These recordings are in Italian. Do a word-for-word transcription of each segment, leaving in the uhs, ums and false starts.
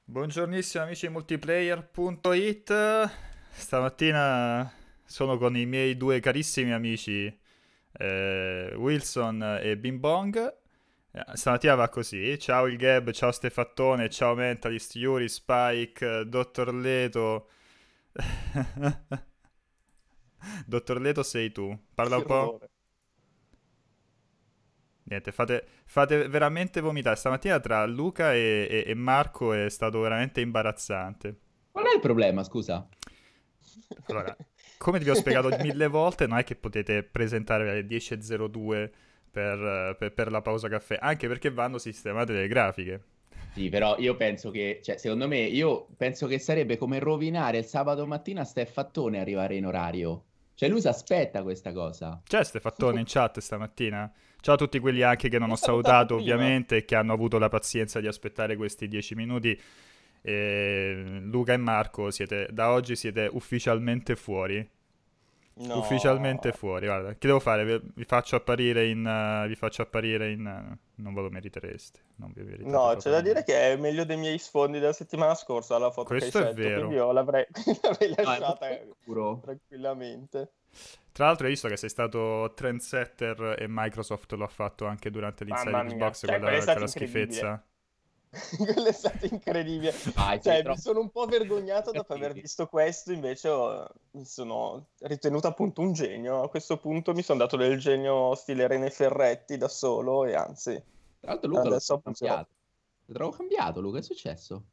Buongiornissimo amici di multiplayer punto it. Stamattina sono con i miei due carissimi amici eh, Wilson e Bing Bong. Eh, Stamattina va così. Ciao il Gab, ciao Stefattone, ciao Mentalist, Yuri, Spike, Dottor Leto. Dottor Leto sei tu. Parla Che un po'. orrore. Niente, fate, fate veramente vomitare. Stamattina tra Luca e, e- e Marco è stato veramente imbarazzante. Qual è il problema, scusa? Allora, come vi ho spiegato mille volte, non è che potete presentare alle dieci e zero due per, eh, per- per la pausa caffè, anche perché vanno sistemate le grafiche. Sì, però io penso che, cioè, secondo me, io penso che sarebbe come rovinare il sabato mattina a Steffattone arrivare in orario. Cioè, lui si aspetta questa cosa. C'è Stefattone in chat stamattina? Ciao a tutti quelli anche che non Mi ho ha salutato salutato, prima. ovviamente, e che hanno avuto la pazienza di aspettare questi dieci minuti. E Luca e Marco, siete, da oggi siete ufficialmente fuori. Ufficialmente No. fuori, guarda. Che devo fare? Vi, vi faccio apparire in... eh, vi faccio apparire in... eh, non ve lo meritereste. Non vi meritate No, c'è proprio da dire niente. che è meglio dei miei sfondi della settimana scorsa la foto che hai Questo è scelto, quindi vero. io l'avrei, l'avrei No, è lasciata molto scuro. tranquillamente. Tra l'altro hai visto che sei stato trendsetter e Microsoft lo ha fatto anche durante Mamma l'Inside mia, Xbox, cioè quello è quella, stato quella incredibile. schifezza. Quello è stato incredibile. Vai, sei Cioè, mi troppo sono un po' vergognato dopo aver cattivi. visto questo, invece ho- mi sono ritenuto appunto un genio. A questo punto mi sono dato del genio stile René Ferretti da solo e anzi, Tra l'altro Luca lo adesso trovo abuserò. cambiato. Lo trovo cambiato, Luca, è successo?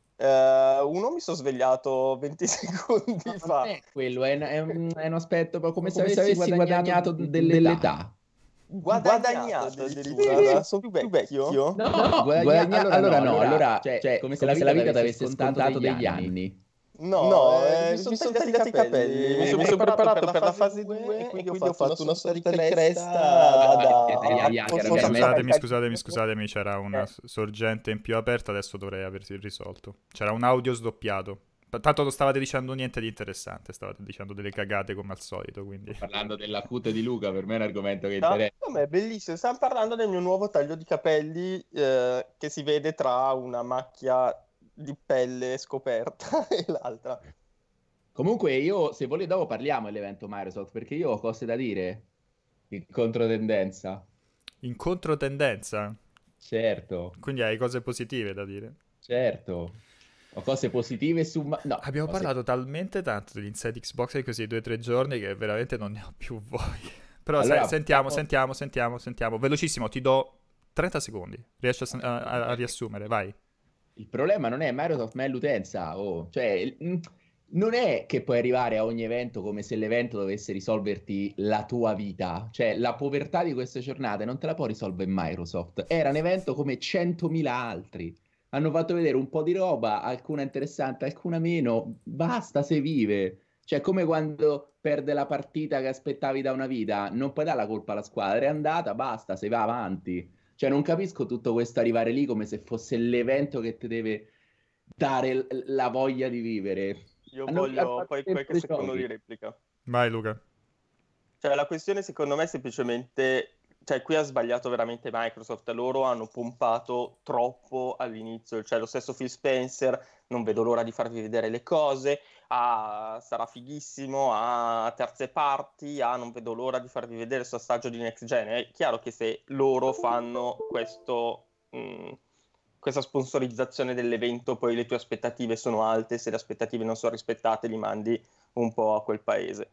Eh, uno mi sono svegliato venti No, secondi non fa. è quello, è, è un, è un aspetto proprio come Ma se come se avessi avessi guadagnato guadagnato d- dell'età. dell'età. Guadagnato addirittura. Sì. Sono più vecchio? No, No, guadagna... guadagna... allora allora no, no, allora, allora, cioè, cioè, come se la come se vita la ti vita ti avesse avesse scontato scontato degli degli anni. anni. No, eh, mi sono tagliati i capelli, mi sono preparato per la fase due e quindi ho fatto una sorta di cresta Vabbè, ti sei da... tagliati gli anni, Forse era forse sarà veramente... Scusatemi, carino. scusatemi, scusatemi, c'era una Eh, s- sorgente in più aperta, adesso dovrei aversi risolto. C'era un audio sdoppiato. T- Tanto non stavate dicendo niente di interessante, stavate dicendo delle cagate come al solito, quindi... Sto parlando della cute di Luca, per me è un argomento che no, interessa. vabbè, bellissimo. Stiamo parlando del mio nuovo taglio di capelli eh, che si vede tra una macchia di pelle scoperta e l'altra. Comunque io, se volete, dopo parliamo dell'evento Microsoft, perché io ho cose da dire in controtendenza. In controtendenza, Certo, quindi hai cose positive da dire. certo. Ho cose positive su... ma- No, Abbiamo cose... parlato talmente tanto degli Inside Xbox in questi due o tre giorni che veramente non ne ho più voglia. Però sai, Allora, sentiamo, partiamo... sentiamo, sentiamo, sentiamo. Velocissimo, ti do trenta secondi. Riesci a, Vabbè, a- a- a comunque, riassumere, vai. il problema non è Microsoft, ma è l'utenza. Oh. Cioè, il- mm, non è che puoi arrivare a ogni evento come se l'evento dovesse risolverti la tua vita. Cioè, la povertà di queste giornate non te la può risolvere Microsoft. Era un evento come centomila altri. Hanno fatto vedere un po' di roba, alcuna interessante, alcuna meno. Basta se vive. Cioè, come quando perde la partita che aspettavi da una vita, non puoi dare la colpa alla squadra, è andata, basta, se va avanti. Cioè, non capisco tutto questo arrivare lì come se fosse l'evento che ti deve dare l- la voglia di vivere. Io Hanno, hanno voglio fatto poi tempo qualche dei secondo di giochi. replica. Vai Luca. Cioè, la questione secondo me è semplicemente, cioè, qui ha sbagliato veramente Microsoft. Loro hanno pompato troppo all'inizio. Cioè, lo stesso Phil Spencer, non vedo l'ora di farvi vedere le cose. Ah, sarà fighissimo. Ah, terze parti. Ah, non vedo l'ora di farvi vedere il suo assaggio di Next Gen. È chiaro che se loro fanno questo, mh, questa sponsorizzazione dell'evento, poi le tue aspettative sono alte. Se le aspettative non sono rispettate, li mandi un po' a quel paese.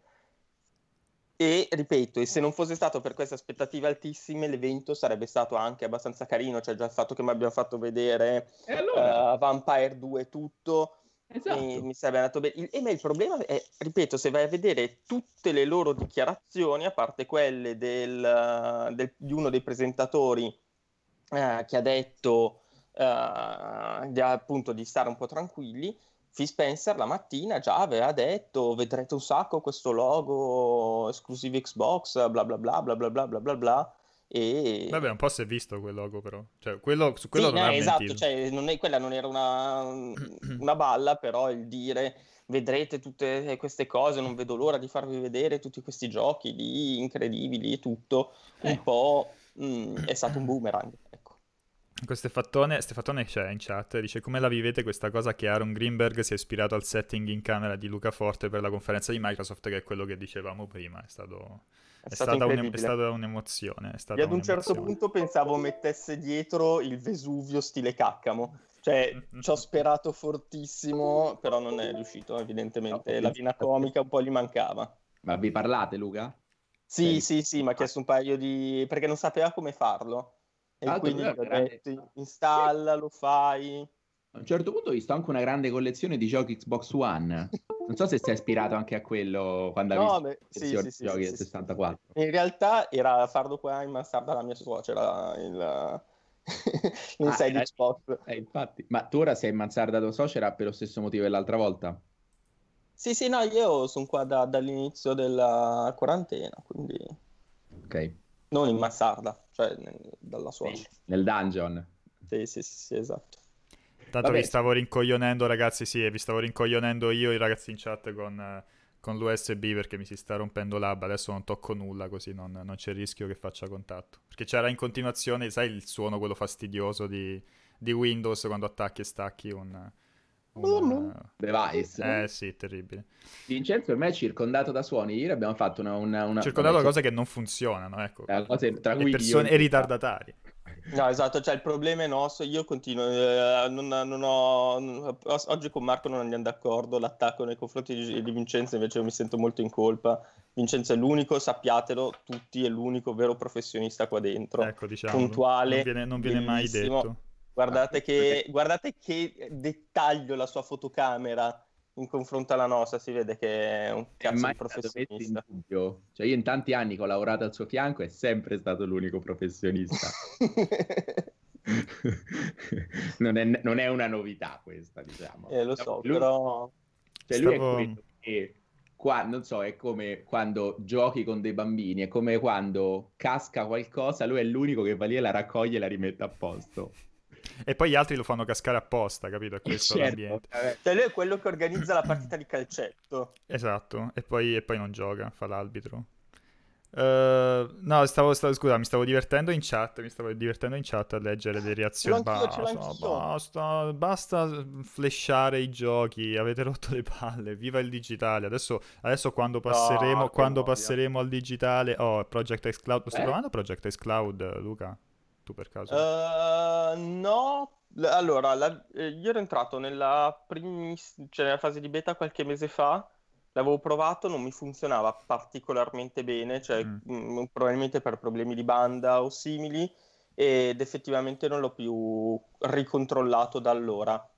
E ripeto, e se non fosse stato per queste aspettative altissime, l'evento sarebbe stato anche abbastanza carino, cioè già il fatto che mi abbiano fatto vedere E allora? uh, Vampire due e tutto, mi, Esatto. mi sarebbe andato bene. Il, e ma il problema è, ripeto, se vai a vedere tutte le loro dichiarazioni, a parte quelle del, del, di uno dei presentatori uh, che ha detto uh, di, appunto di stare un po' tranquilli, Phil Spencer la mattina già aveva detto vedrete un sacco questo logo esclusivo Xbox, bla bla bla bla bla bla bla bla bla Vabbè, e un po' si è visto quel logo però. Cioè, quello, su quello sì, non no, ha esatto, mentito. cioè non è, quella non era una, una balla, però il dire vedrete tutte queste cose, non vedo l'ora di farvi vedere tutti questi giochi lì incredibili e tutto, Eh, un po' mh, è stato un boomerang, ecco. Questo Stefattone, Stefattone c'è in chat, dice come la vivete questa cosa che Aaron Greenberg si è ispirato al setting in camera di Luca Forte per la conferenza di Microsoft, che è quello che dicevamo prima, è stato... È È stato stata, un- è incredibile. stata un'emozione, è Io stata ad un certo un'emozione. punto pensavo mettesse dietro il Vesuvio stile Caccamo. Cioè, ci ho sperato fortissimo, però non è riuscito, evidentemente. No, La vena comica un po' gli mancava. Ma vi parlate, Luca? Sì, Cioè, sì, sì, mi ha chiesto un paio di... perché non sapeva come farlo. E tra l'altro lui quindi è gli ho una grande... detto, installa, lo fai. A un certo punto ho visto anche una grande collezione di giochi Xbox One. Non so se si è ispirato anche a quello quando ha No, visto beh, la sì, versione sì, di sì, sì, giochi del sì, sì. sessantaquattro. In realtà era a farlo qua in mansarda la mia suocera, il... Ah, l'inside era... Xbox. eh, infatti. Ma tu ora sei in mansarda tua suocera per lo stesso motivo dell'altra volta? Sì, sì, no, io sono qua da- dall'inizio della quarantena, quindi Ok. non in mansarda, cioè nel- dalla Sì. suocera. Nel dungeon. Sì, sì, sì, sì, esatto. Tanto vi Vabbè, stavo rincoglionendo, ragazzi, sì, e vi stavo rincoglionendo io, i ragazzi in chat con, eh, con l'U S B perché mi si sta rompendo l'hub, adesso non tocco nulla così non, non c'è il rischio che faccia contatto. Perché c'era in continuazione, sai il suono quello fastidioso di, di Windows quando attacchi e stacchi un... un device. eh, eh, sì, terribile. Vincenzo ormai è circondato da suoni. Ieri abbiamo fatto una... una, una... Circondato Vabbè, da c'è... cose che non funzionano, ecco. eh, cose tra E cui io persone in e realtà. ritardatari. No, esatto, cioè il problema è nostro, io continuo, eh, non, non ho, non- oggi con Marco non andiamo d'accordo, l'attacco nei confronti di, di Vincenzo invece io mi sento molto in colpa. Vincenzo è l'unico, sappiatelo, tutti, è l'unico vero professionista qua dentro, Ecco, diciamolo. Non puntuale, viene, non viene mai bellissimo. detto. Guardate che, guardate che dettaglio la sua fotocamera in confronto alla nostra, si vede che è un È cazzo mai di stato messo in professionista. dubbio. Cioè, io in tanti anni che ho lavorato al suo fianco è sempre stato l'unico professionista. Non è, non è una novità questa, diciamo. Eh, lo Diciamo so, che lui, però... cioè lui è Stavo... quello che, qua, non so, è come quando giochi con dei bambini, è come quando casca qualcosa, lui è l'unico che va lì e la raccoglie e la rimette a posto. E poi gli altri lo fanno cascare apposta, capito? È E questo certo, l'ambiente. vabbè. Cioè lui è quello che organizza la partita di calcetto. Esatto, e poi, e poi non gioca, fa l'arbitro. Eh, no, stavo, stavo, scusa, mi stavo divertendo in chat, mi stavo divertendo in chat a leggere le Ce l'ho reazioni. anch'io, ce l'ho Basta, anch'io. basta, basta flashare i giochi, avete rotto le palle, viva il digitale. Adesso, adesso quando passeremo, No, che quando noia. passeremo al digitale... Oh, Project X Cloud, lo stai Eh? provando Project X Cloud, Luca? Tu per caso? Eh, no, L- allora, la- eh, io ero entrato nella, primis- cioè nella fase di beta qualche mese fa, l'avevo provato, non mi funzionava particolarmente bene, cioè Mm. mh, probabilmente per problemi di banda o simili, ed effettivamente non l'ho più ricontrollato da allora.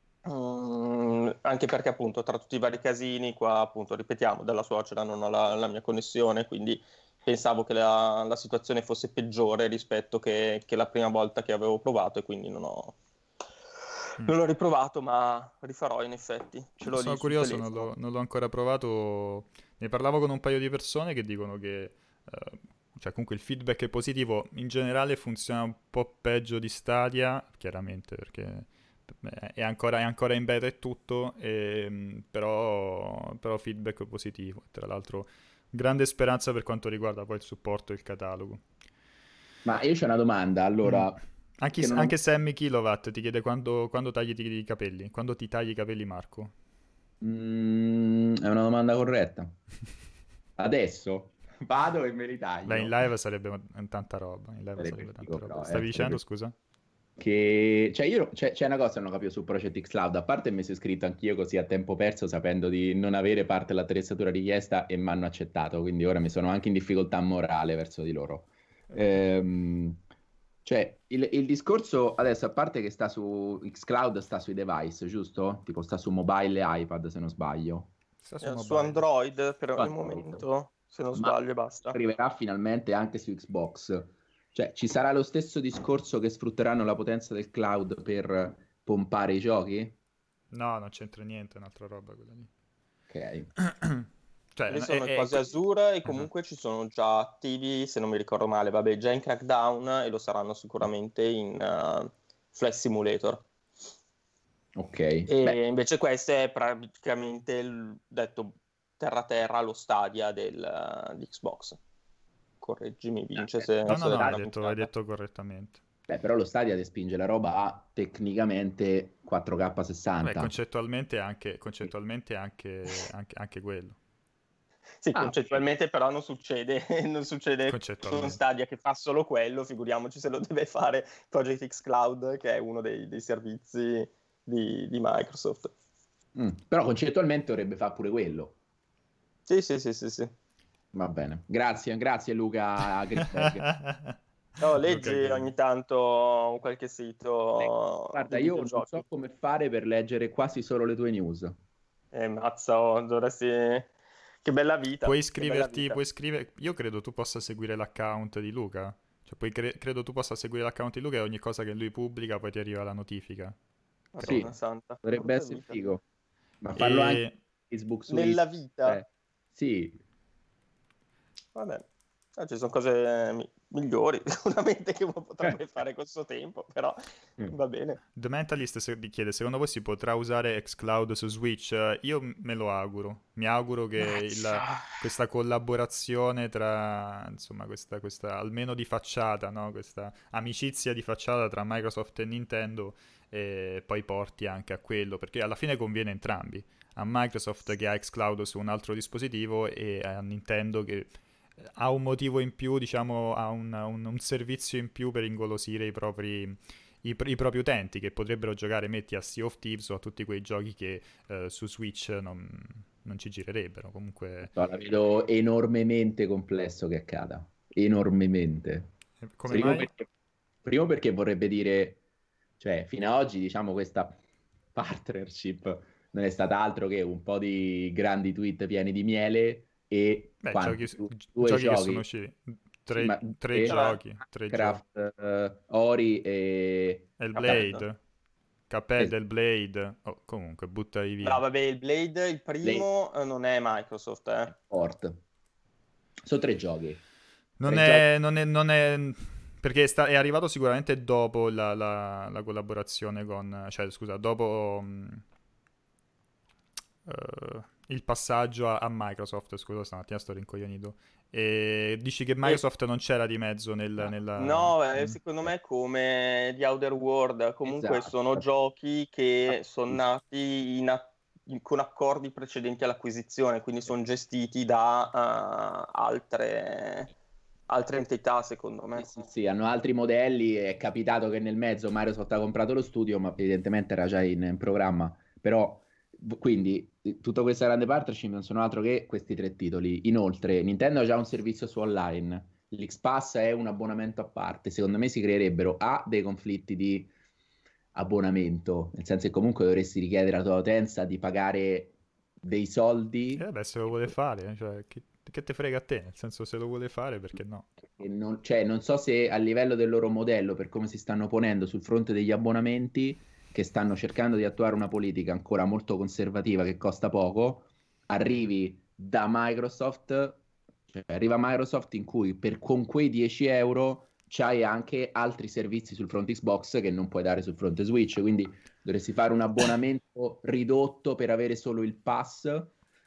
Mm, anche perché appunto tra tutti i vari casini, qua appunto ripetiamo, dalla suocera non ho la, la mia connessione, quindi pensavo che la, la situazione fosse peggiore rispetto che, che la prima volta che avevo provato e quindi non ho, Mm. non l'ho riprovato, ma rifarò in effetti, ce l'ho lì Sono sul curioso, non telefono. l'ho, non l'ho ancora provato. Ne parlavo con un paio di persone che dicono che, eh, cioè comunque il feedback è positivo. In generale funziona un po' peggio di Stadia, chiaramente, perché eh, è ancora, è ancora in beta e tutto, e, però, però feedback positivo. Tra l'altro, grande speranza per quanto riguarda poi il supporto e il catalogo. Ma io c'ho una domanda, Mm. allora, Anche, che non ho... anche Sammy Kilowatt ti chiede quando, quando tagli i capelli. Quando ti tagli i capelli, Marco? Mm, è una domanda corretta. Adesso vado e me li Beh, in taglio. live sarebbe tanta roba. In live Sarebbe sarebbe tanta figo, roba. però, Stavi eh, dicendo, sarebbe... scusa? Che... Cioè, io... c'è, c'è una cosa che non capivo su Project X Cloud. A parte mi sono iscritto anch'io così a tempo perso, sapendo di non avere parte dell'attrezzatura richiesta e mi hanno accettato. Quindi ora mi sono anche in difficoltà morale verso di loro. Ehm, Cioè, il, il discorso adesso, a parte che sta su Xcloud, sta sui device, giusto? Tipo sta su mobile e iPad, se non sbaglio. Sta su Eh, su mobile. Android per Su il Android. momento, se non Ma sbaglio, e basta. arriverà finalmente anche su Xbox. Cioè, ci sarà lo stesso discorso che sfrutteranno la potenza del cloud per pompare i giochi? No, non c'entra niente, è un'altra roba quella lì. Ok. Cioè, Quelli è, sono è- cose Azure e esatto. comunque ci sono già attivi, se non mi ricordo male, vabbè, già in Crackdown e lo saranno sicuramente in uh, Flight Simulator. Ok. Beh, E invece questo è praticamente il detto terra terra lo Stadia del, uh, di Xbox. Correggimi, Vince, se, No, se no, ho no, detto hai una detto, hai minchiata. detto correttamente. Beh, però lo Stadia ti spinge la roba a tecnicamente quattro K Vabbè, sessanta. concettualmente anche, concettualmente anche, anche, anche quello. Sì, Ah, ok. concettualmente però non succede, non succede con Concettualmente. Stadia che fa solo quello, figuriamoci se lo deve fare Project X Cloud, che è uno dei, dei servizi di, di Microsoft. Mm, Però concettualmente dovrebbe fare pure quello. Sì, sì, sì, sì, sì. Va bene. Grazie, grazie Luca Greenberg. No, Luca leggi Game. ogni tanto qualche Leggo. sito Guarda, di io non so videogiochi. come fare per leggere quasi solo le tue news. E mazza, oh, dovresti... Che bella vita, Puoi che bella iscriverti, vita. puoi scrivere... Io credo tu possa seguire l'account di Luca. Cioè, puoi cre- credo tu possa seguire l'account di Luca e ogni cosa che lui pubblica poi ti arriva la notifica. Sì, Madonna santa, dovrebbe brutta essere vita. figo. Ma farlo anche E... su Facebook, su Nella Instagram. vita? Cioè, sì. Vabbè, ah, ci sono cose mi- migliori sicuramente che uno potrebbe fare col suo tempo, però Mm. va bene. The Mentalist se- mi chiede, secondo voi si potrà usare xCloud su Switch? Eh, Io m- me lo auguro. Mi auguro che il- Mazza. questa collaborazione tra, insomma, questa, questa, almeno di facciata, no? Questa amicizia di facciata tra Microsoft e Nintendo eh, poi porti anche a quello, perché alla fine conviene entrambi. A Microsoft che ha xCloud su un altro dispositivo e a Nintendo che ha un motivo in più, diciamo, ha un, un- un servizio in più per ingolosire i propri, i, i propri utenti che potrebbero giocare, metti a Sea of Thieves o a tutti quei giochi che eh, su Switch non, non ci girerebbero. Comunque, No, la vedo enormemente complesso che accada. Enormemente. eh, come Primo mai? perché, primo perché vorrebbe dire, cioè, fino ad oggi, diciamo, questa partnership non è stata altro che un po' di grandi tweet pieni di miele e Beh, giochi, quanti? Du- gi- due giochi che sono giochi? usciti. Sì, ma Tre, tre e Vabbè, giochi, tre giochi. Minecraft, eh, Ori e Cuphead. Hellblade, Cuphead, Esatto. Hellblade. Oh, comunque, buttavi no, via. vabbè, il Blade, il Blade primo, eh, non è Microsoft, e eh. Port. Sono tre giochi. Non Tre giochi. è, non è, non è... Perché sta- è arrivato sicuramente dopo la, la- la collaborazione con... Cioè, scusa, dopo mh, eh, il passaggio a, a Microsoft. Scusa, stamattina sto rincoglionito. E dici che E Microsoft non c'era di mezzo nel, nella... no, eh, Mm. secondo me è come The Outer World, comunque sono Esatto. giochi che sono nati in a- in- con accordi precedenti all'acquisizione, quindi sono gestiti da eh, altre, altre entità, secondo Sì, me. sì, sì, hanno altri modelli. È capitato che nel mezzo Microsoft ha comprato lo studio, ma evidentemente era già in, in programma. Però, v- quindi, eh, tutta questa grande partnership non sono altro che questi tre titoli. Inoltre, Nintendo ha già un servizio su online. L'X-Pass è un abbonamento a parte. Secondo me si creerebbero A, dei conflitti di abbonamento, nel senso che comunque dovresti richiedere alla tua utenza di pagare dei E soldi vabbè, se lo vuole fare, cioè, che, che te frega a te? Nel senso, se lo vuole fare, perché no? e non, cioè, non so se a livello del loro modello, per come si stanno ponendo sul fronte degli abbonamenti, che stanno cercando di attuare una politica ancora molto conservativa che costa poco, arrivi da Microsoft, cioè arriva Microsoft in cui per, con quei dieci euro c'hai anche altri servizi sul fronte Xbox che non puoi dare sul fronte Switch, quindi dovresti fare un abbonamento ridotto per avere solo il pass.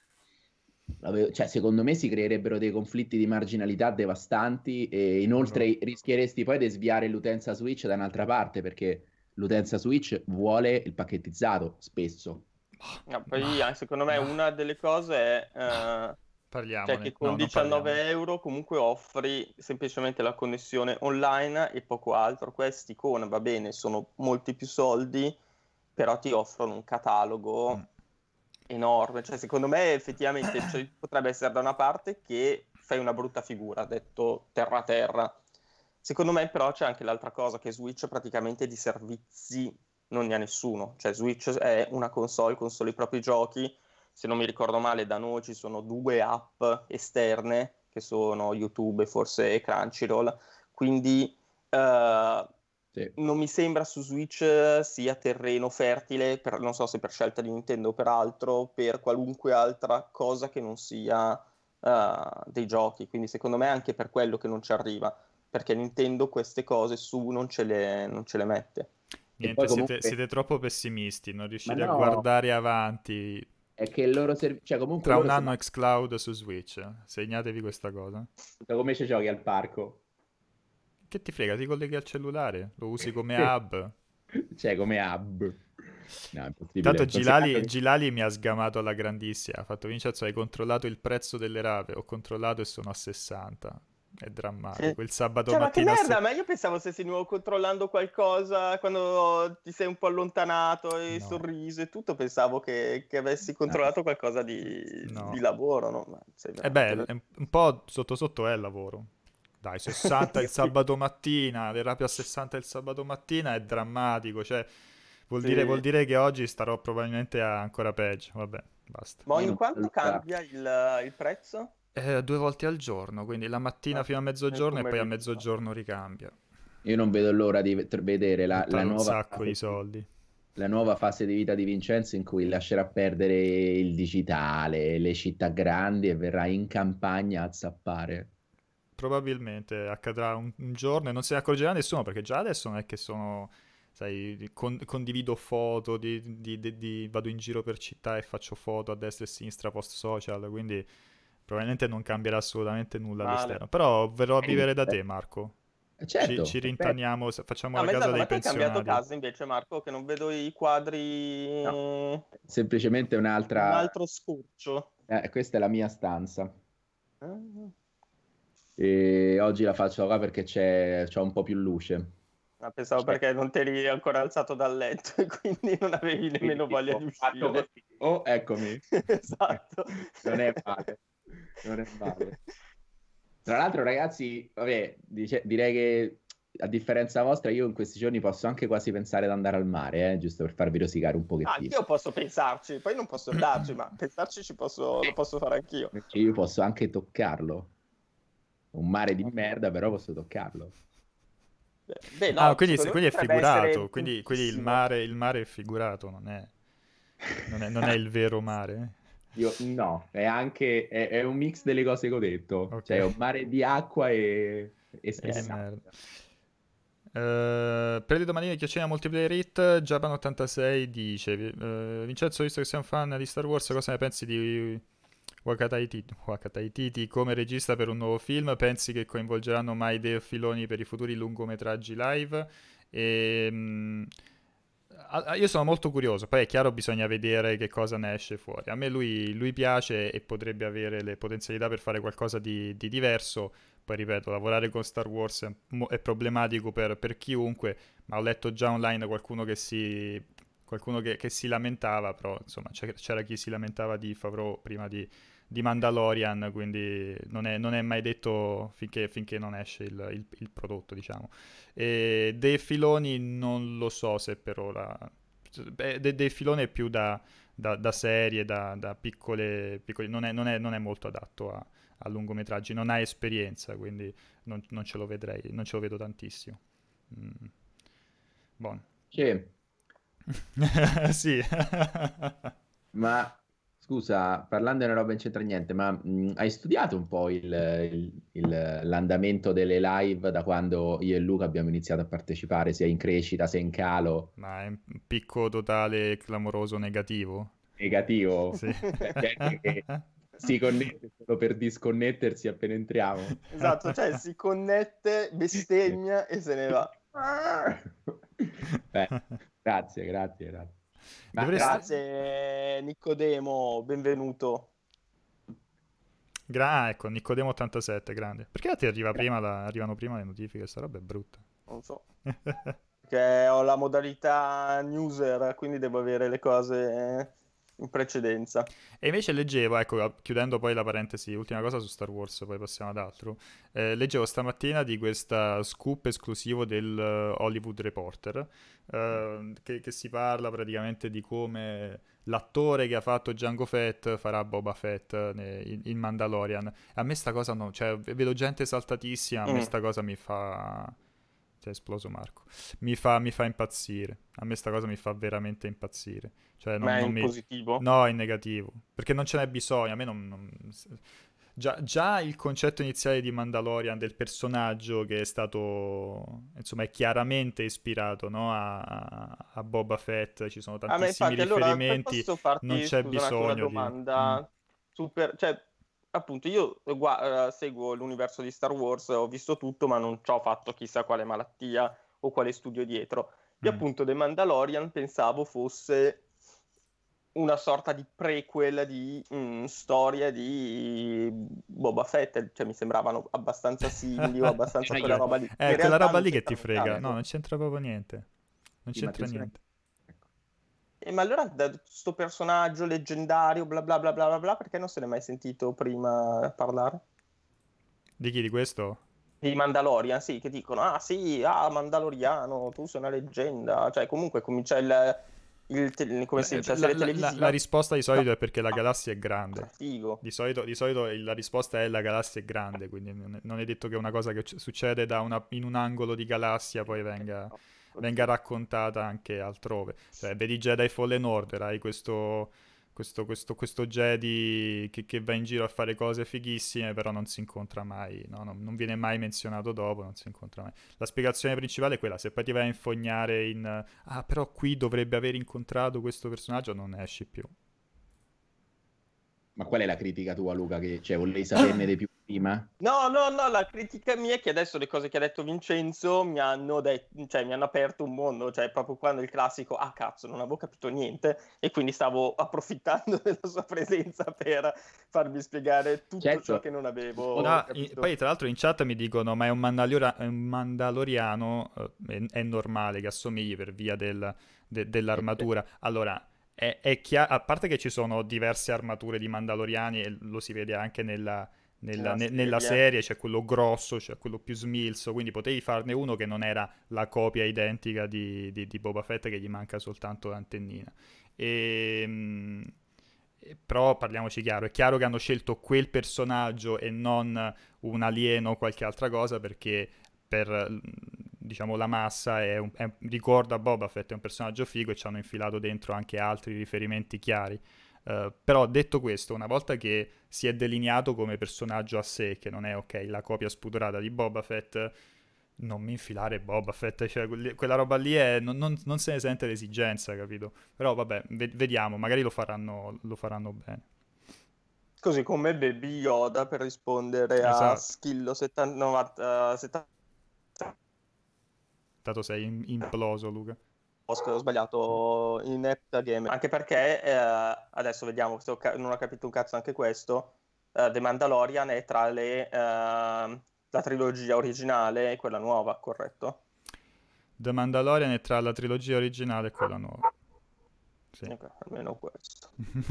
Ave- Cioè, secondo me si creerebbero dei conflitti di marginalità devastanti e Boh. inoltre rischieresti poi di sviare l'utenza Switch da un'altra parte perché l'utenza Switch vuole il pacchettizzato spesso. No, Ma, poi eh, secondo me ma, una delle cose è eh, cioè che parliamone. con No, non parliamone. diciannove euro comunque offri semplicemente la connessione online e poco altro. Questi con, va bene, sono molti più soldi, però ti offrono un Mm. catalogo enorme. Cioè, secondo me effettivamente cioè, potrebbe essere da una parte che fai una brutta figura, detto terra a terra. Secondo me però c'è anche l'altra cosa, che Switch praticamente di servizi non ne ha nessuno. Cioè Switch è una console con solo i propri giochi. Se non mi ricordo male, da noi ci sono due app esterne, che sono YouTube e forse Crunchyroll. Quindi eh, Sì. non mi sembra su Switch sia terreno fertile, per, non so se per scelta di Nintendo o per altro, per qualunque altra cosa che non sia eh, dei giochi. Quindi secondo me è anche per quello che non ci arriva, perché Nintendo queste cose su non ce le, non ce le mette. E poi Niente, siete, comunque, siete troppo pessimisti, non ma riuscite a no, guardare avanti. è che il loro servizio, cioè comunque Tra un loro se anno xCloud su Switch, segnatevi questa cosa. come ci giochi al parco. che ti frega, ti colleghi al cellulare, lo usi come hub. Cioè, come hub. No, è impossibile. Tanto Gilali, Considerando che- Gilali mi ha sgamato alla grandissima. Ha fatto Vincenzo, hai controllato il prezzo delle rate? Ho controllato e sono a sessanta. È drammatico. Il sabato Cioè, ma che mattina... merda, se- ma io pensavo stessi di nuovo controllando qualcosa quando ti sei un po' allontanato e No. sorriso e tutto, pensavo che, che avessi controllato qualcosa di, No. di lavoro, no? Ma sei Eh beh, veramente- è un- un po' sotto sotto è il lavoro. Dai, sessanta il Sì. sabato mattina, le rape a sessanta il sabato mattina è drammatico. Cioè, vuol Sì. dire, vuol dire che oggi starò probabilmente a ancora peggio. Vabbè, basta. Ma Io ogni non quanto vedo l'ora. cambia il, il prezzo? Eh, due volte al giorno, quindi la mattina Ah, fino a nel mezzogiorno e poi a pomeriggio. mezzogiorno ricambia. Io non vedo l'ora di ve- vedere la, la Buttare un nuova sacco fase di di- soldi. la nuova fase di vita di Vincenzo in cui lascerà perdere il digitale, le città grandi e verrà in campagna a zappare. Probabilmente accadrà un, un giorno e non se ne accorgerà nessuno perché già adesso non è che sono, sai, di- con- condivido foto, di, di- di- di- vado in giro per città e faccio foto a destra e a sinistra post social, quindi probabilmente non cambierà assolutamente nulla Male. all'esterno. Però verrò a vivere da te, Marco. Eh, Ci, Certo, ci perfetto. rintanniamo, se- facciamo Ah, la ma casa esatto, dei ma tu hai cambiato pensionati. casa invece, Marco, che non vedo i quadri... No, semplicemente un un'altra. altro scorcio. Eh, questa è la mia stanza. Ah. E oggi la faccio qua perché c'è c'ho un po' più luce. Ah, pensavo Cioè, perché non ti eri ancora alzato dal letto e quindi non avevi nemmeno quindi voglia ho di fatto uscire. così. Oh, eccomi. Esatto. Non è male. Non è male. Tra l'altro, ragazzi, vabbè, dice- direi che a differenza vostra, io in questi giorni posso anche quasi pensare ad andare al mare, eh, giusto per farvi rosicare un Ah, pochettino. anch'io posso pensarci, poi non posso andarci, ma pensarci ci posso, lo posso fare anch'io. Perché io posso anche toccarlo. Un mare di merda, però posso toccarlo. Beh, no, Ah, quindi, secondo me quindi è potrebbe essere figurato, quindi, quindi il bruttissimo. mare, il mare è figurato, non è, non è, non è il vero mare. Io, no, è anche è, è un mix delle cose che ho detto. Ok. Cioè, è un mare di acqua e, e Eh, spessante. merda. Eh, per le domanine chiacchiera multiplayer hit Japan ottantasei dice eh, Vincenzo, visto che sei un fan di Star Wars, cosa ne pensi di Wakataititi Wakataititi come regista per un nuovo film? Pensi che coinvolgeranno mai Dave Filoni per i futuri lungometraggi live? E, mh, a- a- io sono molto curioso, poi è chiaro bisogna vedere che cosa ne esce fuori. A me lui, lui piace e potrebbe avere le potenzialità per fare qualcosa di, di diverso. Poi ripeto, lavorare con Star Wars è, mo- è problematico per, per chiunque, ma ho letto già online qualcuno che si, qualcuno che, che si lamentava, però insomma c'è- c'era chi si lamentava di Favreau prima di, di Mandalorian, quindi non è, non è mai detto finché, finché non esce il, il- il prodotto, diciamo. E dei filoni non lo so se per ora... Beh, De- dei filoni è più da, da- da serie, da, da piccole, piccoli, non è, non è- non è molto adatto a, a lungometraggi, non ha esperienza, quindi non, non ce lo vedrei, non ce lo vedo tantissimo. Mm. Buono. Cioè, Sì. ma scusa, parlando di una roba che non c'entra niente, ma mh, hai studiato un po' il- il- il- l'andamento delle live da quando io e Luca abbiamo iniziato a partecipare, sia in crescita, sia in calo? Ma è un picco totale clamoroso negativo? Negativo. Sì. C'è gente che si connette solo per disconnettersi appena entriamo. Esatto, cioè si connette, bestemmia e se ne va. Beh, grazie, grazie, grazie. Ma Dovresti- Grazie Nicodemo, benvenuto. Gra- ah, ecco, Nicodemo ottantasette, grande. Perché a te arriva prima la- arrivano prima le notifiche? Sta roba è brutta. Non so, che ho la modalità newser, quindi devo avere le cose in precedenza. E invece leggevo, ecco, chiudendo poi la parentesi, ultima cosa su Star Wars, poi passiamo ad altro. Eh, leggevo stamattina di questa scoop esclusivo del eh, Hollywood Reporter, eh, che, che si parla praticamente di come l'attore che ha fatto Jango Fett farà Boba Fett ne- in, in Mandalorian. A me sta cosa no, cioè vedo gente esaltatissima, a me Mm. sta cosa mi fa... C'è esploso Marco. Mi fa, mi fa impazzire. A me sta cosa mi fa veramente impazzire. Cioè non, Ma è non in mi... positivo? No, in negativo, perché non ce n'è bisogno, a me non... non- Già, già il concetto iniziale di Mandalorian, del personaggio che è stato, insomma, è chiaramente ispirato, no, a, a Boba Fett, ci sono Ah, ma tantissimi infatti, allora poi riferimenti, posso non farti, c'è scusa, un attimo una bisogno di... Mm. domanda super, cioè, appunto io gua- eh, seguo l'universo di Star Wars, ho visto tutto, ma non ci ho fatto chissà quale malattia o quale studio dietro. E Mm. appunto The Mandalorian pensavo fosse una sorta di prequel di mm, storia di Boba Fett, cioè mi sembravano abbastanza simili o abbastanza quella roba lì. Eh, In quella realtà roba non lì che ti c'entrano un frega. cazzo. No, non c'entra proprio niente. Non Sì, ma c'entra attenzione. niente. Ecco. E ma allora da sto personaggio leggendario, bla bla bla bla bla bla, perché non se ne è mai sentito prima parlare? Di chi di questo? Di Mandalorian, sì, che dicono, ah sì, ah Mandaloriano, tu sei una leggenda, cioè comunque comincia il, il te- come si La, dice, la la- serie la- la- televisiva, la risposta di solito no, è perché la galassia è grande. figo. Di solito, di solito il- la risposta è la galassia è grande, quindi non è, non è detto che una cosa che c- succede da una- in un angolo di galassia poi venga, venga raccontata anche altrove. Cioè, vedi Jedi Fallen Order, hai questo, questo, questo, questo Jedi che, che va in giro a fare cose fighissime, però non si incontra mai, no? non, non viene mai menzionato dopo, non si incontra mai. La spiegazione principale è quella, se poi ti vai a infognare in ah, però qui dovrebbe aver incontrato questo personaggio, non ne esci più. Ma qual è la critica tua, Luca? Che cioè, volevi saperne di più prima? No, no, no, la critica mia è che adesso le cose che ha detto Vincenzo mi hanno, det- cioè, mi hanno aperto un mondo, cioè proprio quando il classico, ah cazzo, non avevo capito niente e quindi stavo approfittando della sua presenza per farmi spiegare tutto ciò Certo. che non avevo No, in- capito. poi tra l'altro in chat mi dicono ma è un, Mandalora- è un mandaloriano, eh, è, è normale che assomigli per via del- de- dell'armatura. Allora, è, è chiaro, a parte che ci sono diverse armature di Mandaloriani e lo si vede anche nella, nella- Nella ne- nella serie. serie, c'è quello grosso, c'è quello più smilzo, quindi potevi farne uno che non era la copia identica di, di- di Boba Fett che gli manca soltanto l'antennina. E, mm, e- però parliamoci chiaro, è chiaro che hanno scelto quel personaggio e non un alieno o qualche altra cosa perché per mm, diciamo la massa è un, è un- ricorda Boba Fett, è un personaggio figo e ci hanno infilato dentro anche altri riferimenti chiari. Uh, però detto questo, una volta che si è delineato come personaggio a sé, che non è ok la copia spudorata di Boba Fett, non mi infilare Boba Fett, cioè quelli- quella roba lì è, non, non- non se ne sente l'esigenza, capito? Però vabbè, ve- vediamo, magari lo faranno, lo faranno bene. Così come Baby Yoda per rispondere a Esatto, Schillo settanta, novanta, settanta, dato sei in- imploso, Luca. ho sbagliato in Epta Game, anche perché eh, adesso vediamo se ho ca- non ho capito un cazzo anche questo. eh, The Mandalorian è tra le eh, la trilogia originale e quella nuova, corretto? The Mandalorian è tra la trilogia originale e quella nuova. Sì. Ok, almeno questo.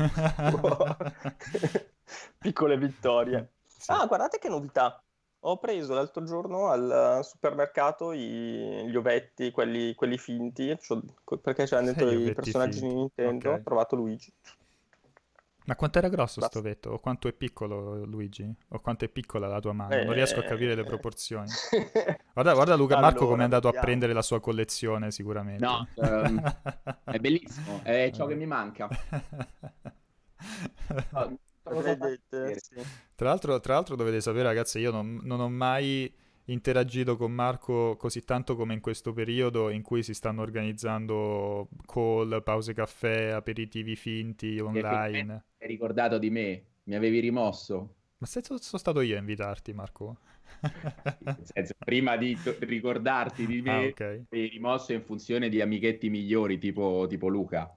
Piccole vittorie. Sì. Ah, guardate che novità. Ho preso l'altro giorno al supermercato i- gli ovetti, quelli, quelli finti, cioè, perché c'erano Sei dentro gli i ovetti personaggi di finti. Nintendo. Ok. Ho trovato Luigi. Ma quanto era grosso sto Basta. vetto? O quanto è piccolo Luigi? O quanto è piccola la tua mano? Non riesco a capire le Eh... proporzioni. Guarda, guarda Luca, Marco come è Allora, andato a vediamo. prendere la sua collezione sicuramente. No, ehm, è bellissimo, è ciò che mi manca. No, sono soltanto a Vedete, vedere. sì. Tra l'altro, tra l'altro dovete sapere ragazzi, io non, non ho mai interagito con Marco così tanto come in questo periodo in cui si stanno organizzando call, pause caffè, aperitivi finti Che online. finalmente hai ricordato di me, mi avevi rimosso. Ma se so- sono stato io a invitarti, Marco? Nel senso, prima di to- ricordarti di Ah, me, ok. mi hai rimosso in funzione di amichetti migliori, tipo, tipo Luca.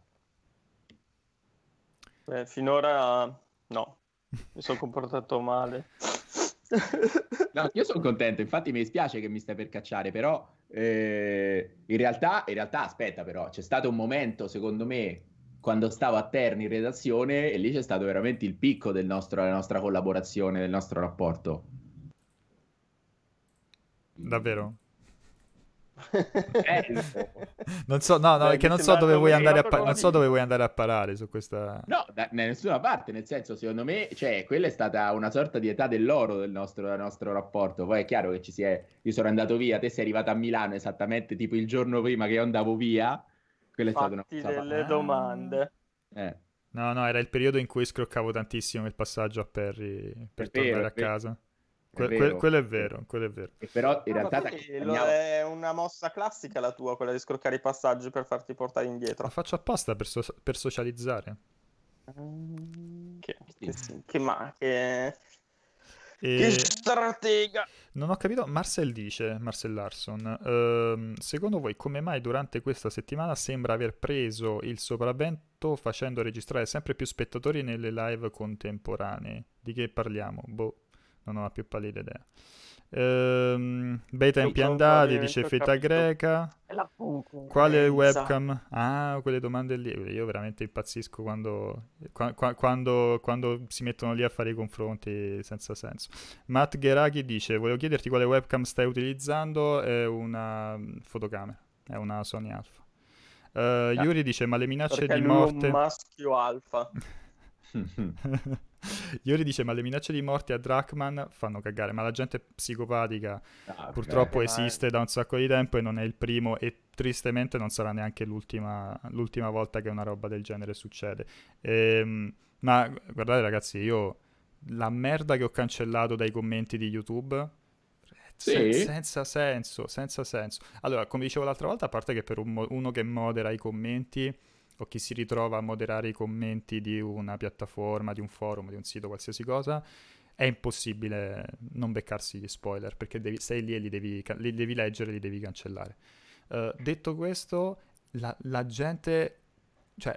Beh, finora no, mi sono comportato male. No, io sono contento, infatti mi dispiace che mi stai per cacciare, però eh, in realtà, in realtà, aspetta però, c'è stato un momento, secondo me, quando stavo a Terni in redazione e lì c'è stato veramente il picco del nostro- della nostra collaborazione, del nostro rapporto. Davvero? Bello. Non so, no, no, Beh, è che mi non so sembra- dove non vuoi mi andare a sembra pa- non so proprio dove di- vuoi andare a parare su questa. No, da, da nessuna parte, nel senso, secondo me, cioè, quella è stata una sorta di età dell'oro del nostro, del nostro rapporto. Poi è chiaro che ci si è, io sono andato via, te sei arrivato a Milano esattamente tipo il giorno prima che io andavo via. Quella è stata una Fatti cosa delle Ah. domande. eh, No, no, era il periodo in cui scroccavo tantissimo il passaggio a Perry per è vero, tornare è a vero, casa. è Que- que- vero, quello è è vero. vero, quello è vero. E però in Ah, ma realtà ti quindi lo- accompagnavo. è una mossa classica la tua, quella di scroccare i passaggi per farti portare Lo indietro. faccio apposta per, so- per socializzare. Mm, Che, Sì. che, sì, che ma che Che stratega! Non ho capito, Marcel dice, Marcel Larson, ehm, secondo voi come mai durante questa settimana sembra aver preso il sopravvento facendo registrare sempre più spettatori nelle live contemporanee? Di che parliamo? Boh, non ho la più pallida idea. Ehm, bei tempi Non andati, probabilmente dice ho Fetta capito. Greca. È la Quale concorrenza. webcam? Ah, quelle domande lì. Io veramente impazzisco quando, qua- qua- quando, quando si mettono lì a fare i confronti senza senso. Matt Gheraghi dice: Volevo chiederti quale webcam stai utilizzando. È una mm, fotocamera, è una Sony Alpha. Eh, Ah. Yuri dice: Ma le minacce Perché di lui è un morte. maschio alfa. Yuri dice: Ma le minacce di morte a Drachman fanno cagare. Ma la gente psicopatica Ah, purtroppo beh. esiste da un sacco di tempo e non è il primo, e tristemente non sarà neanche l'ultima, l'ultima volta che una roba del genere succede. Ehm, ma guardate, ragazzi, io la merda che ho cancellato dai commenti di YouTube. se- Sì? senza senso, senza senso. Allora, come dicevo l'altra volta, a parte che per un mo- uno che modera i commenti o chi si ritrova a moderare i commenti di una piattaforma, di un forum, di un sito, qualsiasi cosa, è impossibile non beccarsi gli spoiler, perché devi, sei lì e li devi, ca- li devi leggere, li devi cancellare. Eh, detto questo, la, la gente, cioè,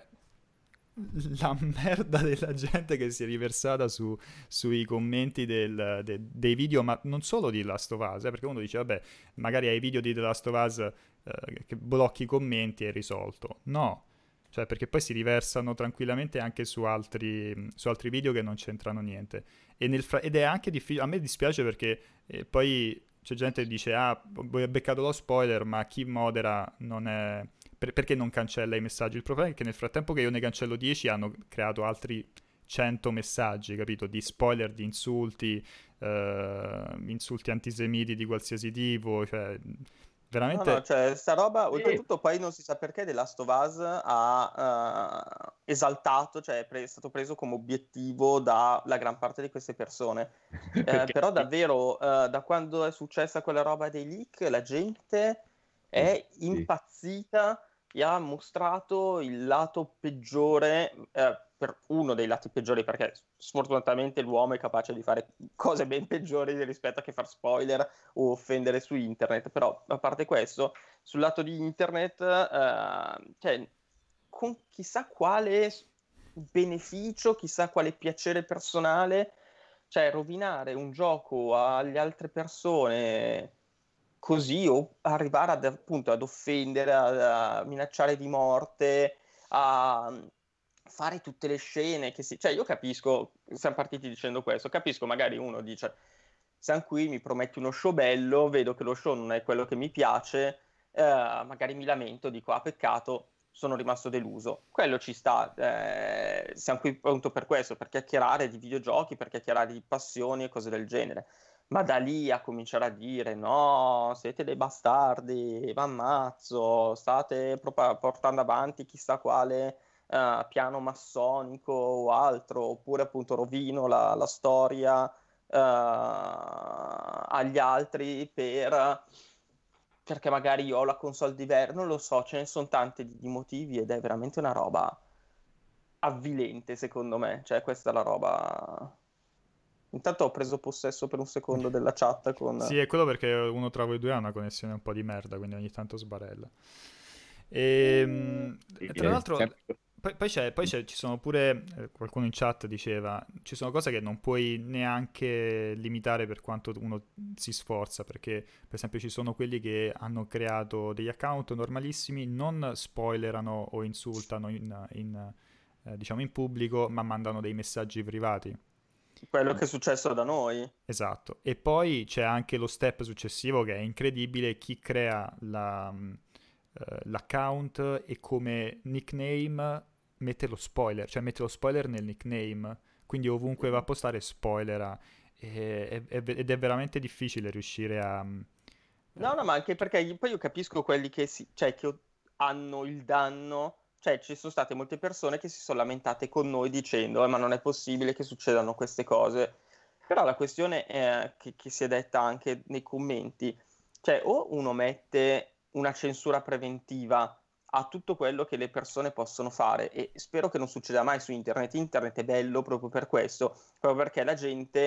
la merda della gente che si è riversata su, sui commenti del- de- dei video, ma non solo di Last of Us, eh, perché uno dice, vabbè, magari hai video di The Last of Us eh, che blocchi i commenti e è risolto. No, cioè perché poi si riversano tranquillamente anche su altri, su altri video che non c'entrano niente. E nel fra- ed è anche difficile, a me dispiace perché eh, poi c'è gente che dice, ah, voi hai beccato lo spoiler, ma chi modera non è per- perché non cancella i messaggi? Il problema è che nel frattempo che io ne cancello dieci hanno creato altri cento messaggi, capito? Di spoiler, di insulti, eh, insulti antisemiti di qualsiasi tipo, cioè No, no, veramente. cioè, sta roba, Sì. oltretutto poi non si sa perché The Last of Us ha eh, esaltato, cioè è pre- è stato preso come obiettivo dalla gran parte di queste persone. Eh, Perché però davvero, eh, da quando è successa quella roba dei leak, la gente sì, è sì. impazzita e ha mostrato il lato peggiore, eh, per uno dei lati peggiori, perché sfortunatamente l'uomo è capace di fare cose ben peggiori rispetto a che far spoiler o offendere su internet, però a parte questo, sul lato di internet, eh, cioè, con chissà quale beneficio, chissà quale piacere personale, cioè rovinare un gioco alle altre persone così o arrivare ad, appunto ad offendere, a, a minacciare di morte, a fare tutte le scene che si... Cioè io capisco, siamo partiti dicendo questo, capisco magari uno dice siamo qui, mi prometti uno show bello, vedo che lo show non è quello che mi piace, eh, magari mi lamento, dico ah peccato, sono rimasto deluso. Quello ci sta, eh, siamo qui appunto per questo, per chiacchierare di videogiochi, per chiacchierare di passioni e cose del genere. Ma da lì a cominciare a dire no, siete dei bastardi, m'ammazzo, state propa- portando avanti chissà quale eh, piano massonico o altro, oppure appunto rovino la, la storia eh, agli altri per perché magari io ho la console diversa, non lo so, ce ne sono tanti di, di motivi ed è veramente una roba avvilente secondo me, cioè questa è la roba. Intanto ho preso possesso per un secondo della chat Sì, con... è quello perché uno tra voi due ha una connessione un po' di merda, quindi ogni tanto sbarella. E, tra Incredibile, l'altro, sempre- poi, poi c'è, poi c'è- ci sono pure, eh, qualcuno in chat diceva, ci sono cose che non puoi neanche limitare per quanto uno si sforza, perché per esempio ci sono quelli che hanno creato degli account normalissimi, non spoilerano o insultano in, in, eh, diciamo in pubblico, ma mandano dei messaggi privati. quello che è successo da noi. Esatto, e poi c'è anche lo step successivo che è incredibile, chi crea la, mh, eh, l'account e come nickname mette lo spoiler, cioè mette lo spoiler nel nickname, quindi ovunque va a postare spoilera, e- e- ed è veramente difficile riuscire a... mh, No, no, eh, ma anche perché io- poi io capisco quelli che, si, cioè, che hanno il danno, cioè ci sono state molte persone che si sono lamentate con noi dicendo eh, ma non è possibile che succedano queste cose. Però la questione è che, che si è detta anche nei commenti, cioè o uno mette una censura preventiva a tutto quello che le persone possono fare e spero che non succeda mai su internet. Internet è bello proprio per questo, proprio perché la gente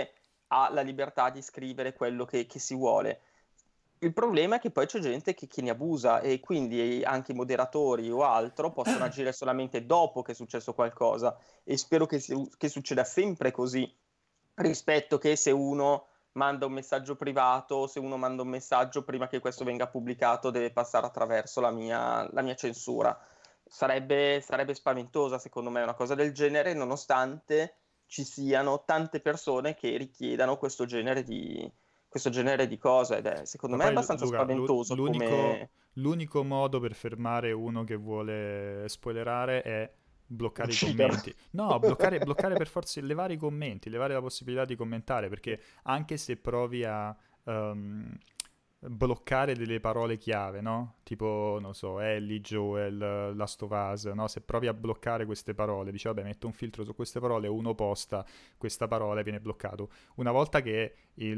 ha la libertà di scrivere quello che, che si vuole. Il problema è che poi c'è gente che, che ne abusa, e quindi anche i moderatori o altro possono agire solamente dopo che è successo qualcosa, e spero che, si, che succeda sempre così, rispetto che se uno manda un messaggio privato, se uno manda un messaggio prima che questo venga pubblicato deve passare attraverso la mia, la mia censura. Sarebbe, sarebbe spaventosa secondo me una cosa del genere, nonostante ci siano tante persone che richiedano questo genere di, questo genere di cose, ed è secondo Ma me poi, abbastanza Luca, l'u- spaventoso l'unico, come l'unico modo per fermare uno che vuole spoilerare è bloccare i ucciderlo. commenti. No, bloccare, bloccare per forza, levare i commenti, levare la possibilità di commentare, perché anche se provi a ehm, bloccare delle parole chiave, no? Tipo, non so, Ellie, Joel, Last of Us, no? Se provi a bloccare queste parole, dici, vabbè, metto un filtro su queste parole, uno posta questa parola e viene bloccato. Una volta che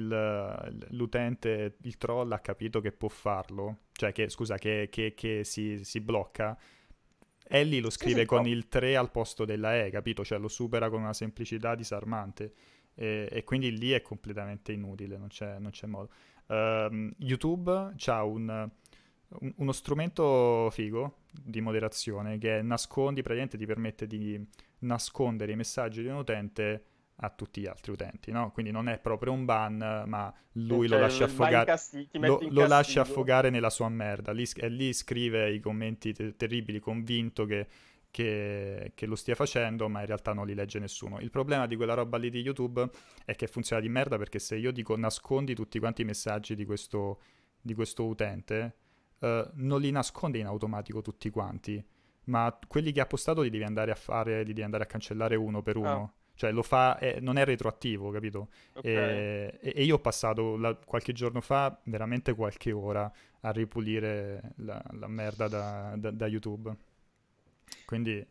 il, l'utente, il troll ha capito che può farlo, cioè che, scusa, che, che, che si, si blocca, Ellie lo Sì, scrive sì, con però il tre al posto della E, capito? Cioè lo supera con una semplicità disarmante. E, e quindi lì è completamente inutile, non c'è, non c'è modo. Ehm, YouTube ha un, un- uno strumento figo di moderazione che è nascondi, praticamente ti permette di nascondere i messaggi di un utente a tutti gli altri utenti, no? Quindi non è proprio un ban, ma lui lo cioè, lascia vai in affogare, castigo, ti lo, mette in lo lascia castigo. affogare nella sua merda. Lì, e lì scrive i commenti te- terribili, convinto che, che- che lo stia facendo, ma in realtà non li legge nessuno. Il problema di quella roba lì di YouTube è che funziona di merda, perché se io dico nascondi tutti quanti i messaggi di questo, di questo utente, eh, non li nasconde in automatico tutti quanti, ma quelli che ha postato li devi andare a fare, li devi andare a cancellare uno per Ah, uno. Cioè lo fa, eh, non è retroattivo, capito? ok. E, e- e io ho passato la- qualche giorno fa veramente qualche ora a ripulire la, la merda da, da- da YouTube. Quindi,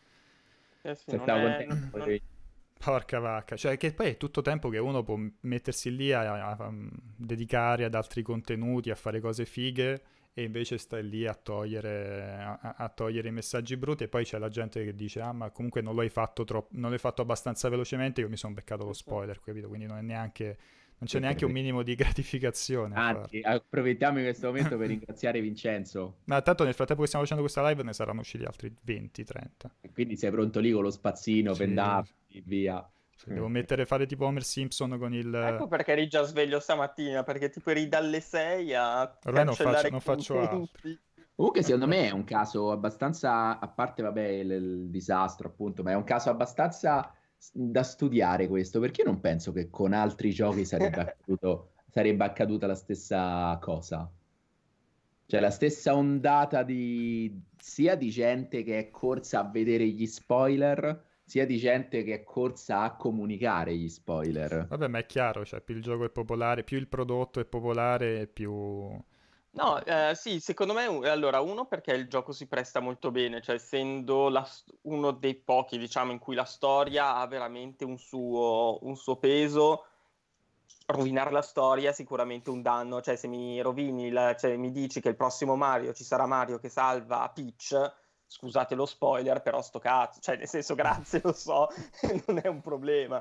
Eh sì, Se non stavo è... contento, non- non- poi- porca vacca. Cioè, che poi è tutto tempo che uno può mettersi lì a, a- a dedicare ad altri contenuti, a fare cose fighe, e invece stai lì a togliere, a, a- a togliere i messaggi brutti, e poi c'è la gente che dice, ah, ma comunque non l'hai fatto troppo, non l'hai fatto abbastanza velocemente, io mi sono beccato lo Sì, sì. spoiler, capito? Quindi non è neanche, non c'è neanche un minimo di gratificazione a farlo. Anzi, approfittiamo di questo momento per ringraziare Vincenzo. Ma tanto nel frattempo che stiamo facendo questa live ne saranno usciti altri venti trenta. E quindi sei pronto lì con lo spazzino, Sì, pendato, e via. se devo mettere, fare tipo Homer Simpson con il... Ecco perché eri già sveglio stamattina, perché tipo eri dalle sei a Ormai non faccio, cancellare non faccio altro. commenti. Comunque, secondo me è un caso abbastanza, a parte, vabbè, il, il disastro, appunto, ma è un caso abbastanza s- da studiare questo, perché io non penso che con altri giochi sarebbe accaduto, sarebbe accaduta la stessa cosa. Cioè, la stessa ondata di sia di gente che è corsa a vedere gli spoiler, sia di gente che è corsa a comunicare gli spoiler. Vabbè, ma è chiaro, cioè, più il gioco è popolare, più il prodotto è popolare, più... No, eh, sì, secondo me, u- allora, uno perché il gioco si presta molto bene, cioè essendo la s- uno dei pochi, diciamo, in cui la storia ha veramente un suo, un suo peso, rovinare la storia è sicuramente un danno, cioè se mi rovini, la- cioè mi dici che il prossimo Mario ci sarà Mario che salva Peach, scusate lo spoiler, però sto cazzo, cioè nel senso grazie, lo so, non è un problema.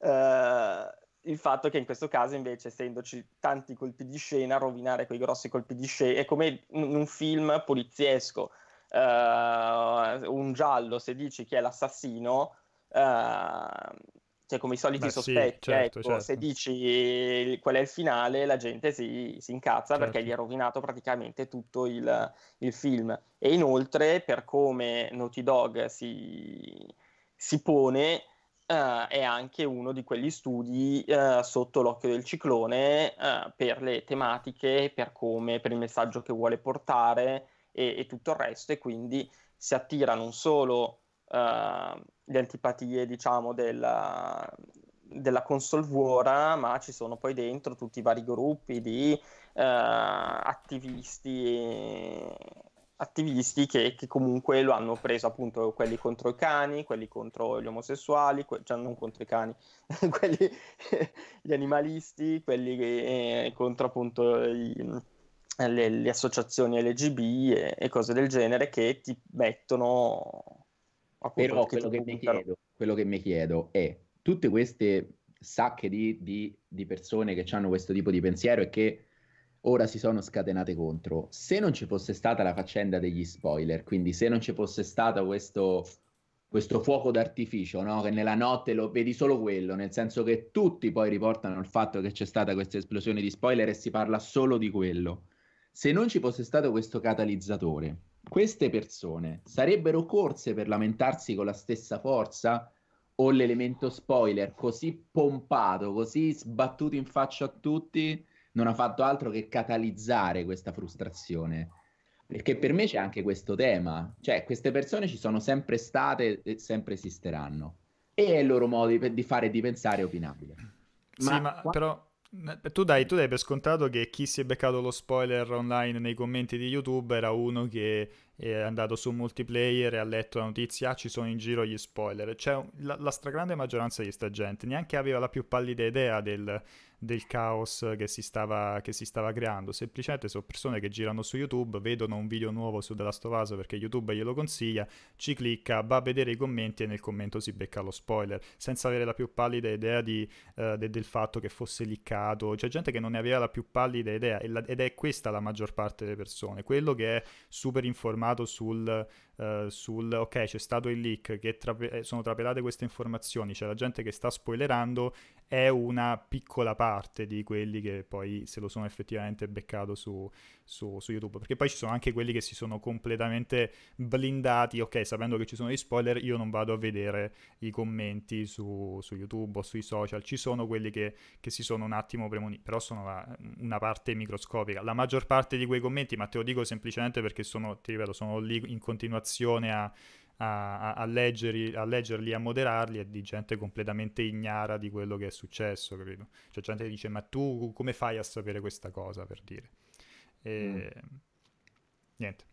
Eh, il fatto che in questo caso invece, essendoci tanti colpi di scena, rovinare quei grossi colpi di scena è come un, un film poliziesco. Eh, un giallo, se dici chi è l'assassino, eh, cioè come i soliti Beh, sì, sospetti, certo, ecco, se certo, dici qual è il finale, la gente si, si incazza perché gli certo. ha rovinato praticamente tutto il, il film. E inoltre, per come Naughty Dog si, si pone, eh, è anche uno di quegli studi eh, sotto l'occhio del ciclone eh, per le tematiche, per come, per il messaggio che vuole portare e, e tutto il resto, e quindi si attira non solo eh, le antipatie, diciamo, della, della console war, ma ci sono poi dentro tutti i vari gruppi di eh, attivisti, attivisti che, che comunque lo hanno preso, appunto, quelli contro i cani, quelli contro gli omosessuali, que- cioè non contro i cani, quelli, gli animalisti, quelli che, eh, contro appunto i, le, le associazioni L G B e, e cose del genere, che ti mettono appunto Però che quello ti che mi puntano. chiedo, quello che mi chiedo è, tutte queste sacche di, di, di persone che hanno questo tipo di pensiero e che ora si sono scatenate contro. Se non ci fosse stata la faccenda degli spoiler, quindi se non ci fosse stato questo, questo fuoco d'artificio, no? Che nella notte lo vedi solo quello, nel senso che tutti poi riportano il fatto che c'è stata questa esplosione di spoiler e si parla solo di quello. Se non ci fosse stato questo catalizzatore, queste persone sarebbero corse per lamentarsi con la stessa forza? O l'elemento spoiler così pompato, così sbattuto in faccia a tutti, non ha fatto altro che catalizzare questa frustrazione? Perché per me c'è anche questo tema, cioè queste persone ci sono sempre state e sempre esisteranno, e è il loro modo di, di fare e di pensare è opinabile. Sì, Ma, ma qua... però eh, tu dai, tu dai per scontato che chi si è beccato lo spoiler online nei commenti di YouTube era uno che è andato su multiplayer e ha letto la notizia, ah, ci sono in giro gli spoiler. Cioè, la, la stragrande maggioranza di sta gente neanche aveva la più pallida idea del, del caos che si, stava, che si stava creando. Semplicemente sono persone che girano su YouTube, vedono un video nuovo su The Last of Us perché YouTube glielo consiglia, ci clicca, va a vedere i commenti e nel commento si becca lo spoiler, senza avere la più pallida idea di, uh, de- del fatto che fosse liccato. C'è gente che non ne aveva la più pallida idea e la- ed è questa la maggior parte delle persone. Quello che è super informato sul, uh, sul ok, c'è stato il leak, che trape- sono trapelate queste informazioni, c'è la gente che sta spoilerando, è una piccola parte di quelli che poi se lo sono effettivamente beccato su, su, su YouTube, perché poi ci sono anche quelli che si sono completamente blindati, ok, sapendo che ci sono gli spoiler io non vado a vedere i commenti su, su YouTube o sui social. Ci sono quelli che, che si sono un attimo premuniti, però sono la, una parte microscopica. La maggior parte di quei commenti, ma te lo dico semplicemente perché sono, ti ripeto, sono lì in continuazione a A, a, leggerli, a leggerli, a moderarli, e di gente completamente ignara di quello che è successo, capito? C'è gente che dice, ma tu come fai a sapere questa cosa, per dire? E... Mm. Niente.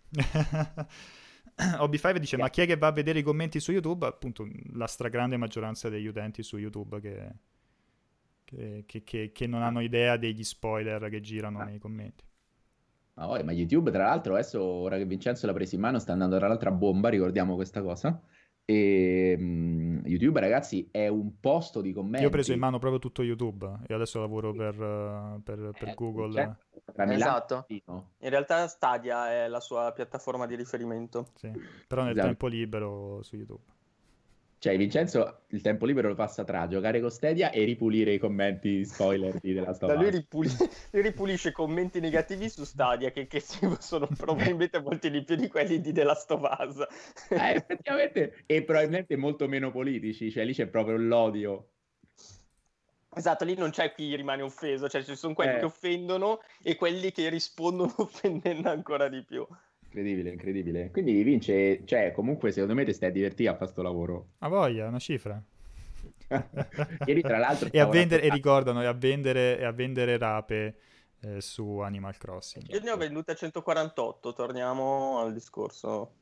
Obi cinque dice, yeah. Ma chi è che va a vedere i commenti su YouTube? Appunto, la stragrande maggioranza degli utenti su YouTube che, che, che, che, che non hanno idea degli spoiler che girano ah. nei commenti. Ma, oh, ma YouTube, tra l'altro, adesso, ora che Vincenzo l'ha preso in mano, sta andando tra l'altro a bomba, ricordiamo questa cosa. E um, YouTube, ragazzi, è un posto di commenti. Io ho preso in mano proprio tutto YouTube e adesso lavoro per, uh, per, per eh, Google. Cioè, esatto. In realtà Stadia è la sua piattaforma di riferimento. Sì, però nel esatto. tempo libero su YouTube. Cioè, Vincenzo il tempo libero lo passa tra giocare con Stadia e ripulire i commenti spoiler di The Last of Us. Lui, ripuli- lui ripulisce i commenti negativi su Stadia, che, che sono probabilmente molti di più di quelli di The Last of Us. Eh, effettivamente, e probabilmente molto meno politici, cioè lì c'è proprio l'odio. Esatto, lì non c'è chi rimane offeso, cioè ci sono quelli eh. che offendono e quelli che rispondono offendendo ancora di più. Incredibile, incredibile. Quindi vince, cioè comunque secondo me ti stai divertendo a fare sto lavoro. A voglia, una cifra. Ieri tra l'altro e, a vendere, e ricordano, e a vendere, e a vendere rape eh, su Animal Crossing. Io ne ho vendute a centoquarantotto, torniamo al discorso.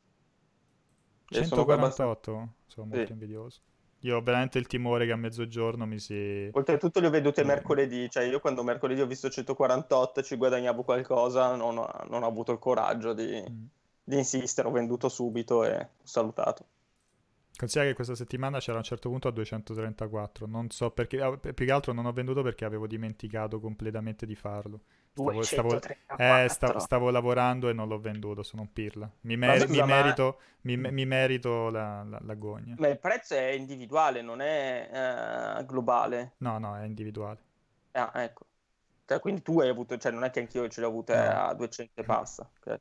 centoquarantotto? Sono, sono molto sì. invidioso. Io ho veramente il timore che a mezzogiorno mi si... Oltretutto le ho vedute eh. mercoledì, cioè io quando mercoledì ho visto centoquarantotto ci guadagnavo qualcosa, non ho, non ho avuto il coraggio di, mm. di insistere, ho venduto subito e ho salutato. Considera che questa settimana c'era a un certo punto a duecentotrentaquattro, non so perché, più che altro non ho venduto perché avevo dimenticato completamente di farlo. Stavo, stavo, eh, stavo, stavo lavorando e non l'ho venduto, sono un pirla. Mi, mer- scusa, mi merito, ma... mi, mi merito la, la, la gogna. Ma il prezzo è individuale, non è eh, globale? No, no, è individuale. Ah, ecco. Cioè, quindi tu hai avuto, cioè non è che anch'io ce l'ho avute no. a duecento e passa. Okay.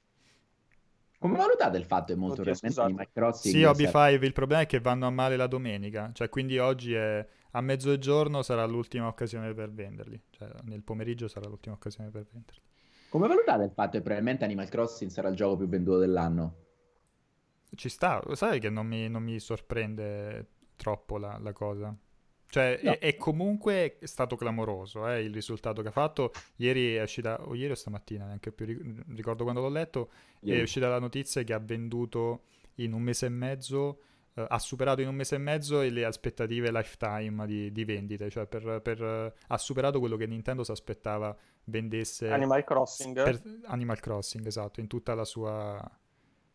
Come valutate il fatto è molto realmente Animal Crossing? Sì, Obi cinque, il problema è che vanno a male la domenica, cioè quindi oggi è a mezzogiorno sarà l'ultima occasione per venderli, cioè nel pomeriggio sarà l'ultima occasione per venderli. Come valutate il fatto che probabilmente Animal Crossing sarà il gioco più venduto dell'anno? Ci sta, sai che non mi, non mi sorprende troppo la, la cosa. Cioè, no. è, è comunque stato clamoroso eh, il risultato che ha fatto. Ieri è uscita, o ieri o stamattina, neanche più ricordo quando l'ho letto, ieri. È uscita la notizia che ha venduto in un mese e mezzo, eh, ha superato in un mese e mezzo le aspettative lifetime di, di vendite. Cioè, per, per, ha superato quello che Nintendo si aspettava vendesse... Animal Crossing. Per, Animal Crossing, esatto, in tutta la sua...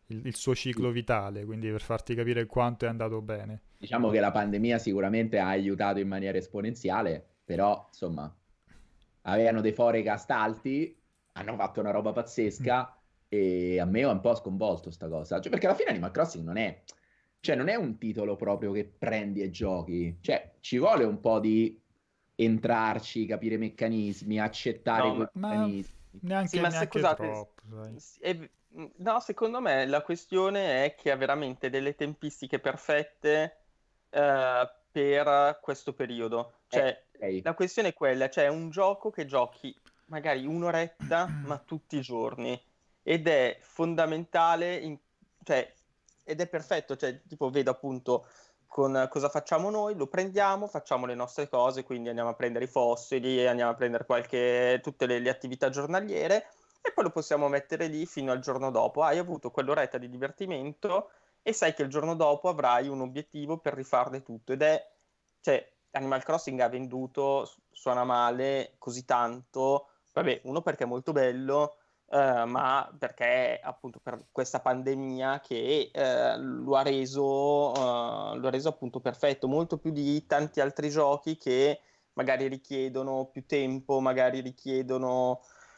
il, il suo ciclo vitale, quindi per farti capire quanto è andato bene. Diciamo che la pandemia sicuramente ha aiutato in maniera esponenziale, però insomma avevano dei forecast alti, hanno fatto una roba pazzesca e a me è un po' sconvolto sta cosa, cioè, perché alla fine Animal Crossing non è, cioè, non è un titolo proprio che prendi e giochi, cioè ci vuole un po' di entrarci, capire i meccanismi, accettare No, quei ma, Ma meccanismi. neanche, sì, ma se, neanche scusate, troppo, sai. s- è- no, secondo me la questione è che ha veramente delle tempistiche perfette eh, per questo periodo. Eh, Cioè, ok. la questione è quella, cioè è un gioco che giochi magari un'oretta, ma tutti i giorni, ed è fondamentale, in- cioè, ed è perfetto, cioè, tipo, vedo appunto con cosa facciamo noi, lo prendiamo, facciamo le nostre cose, quindi andiamo a prendere i fossili, andiamo a prendere qualche, tutte le, le attività giornaliere e poi lo possiamo mettere lì fino al giorno dopo. Hai avuto quell'oretta di divertimento e sai che il giorno dopo avrai un obiettivo per rifarle tutto ed è, cioè, Animal Crossing ha venduto, su- suona male, così tanto, vabbè, uno perché è molto bello, eh, ma perché appunto per questa pandemia che eh, lo ha reso, eh, lo ha reso appunto perfetto, molto più di tanti altri giochi che magari richiedono più tempo, magari richiedono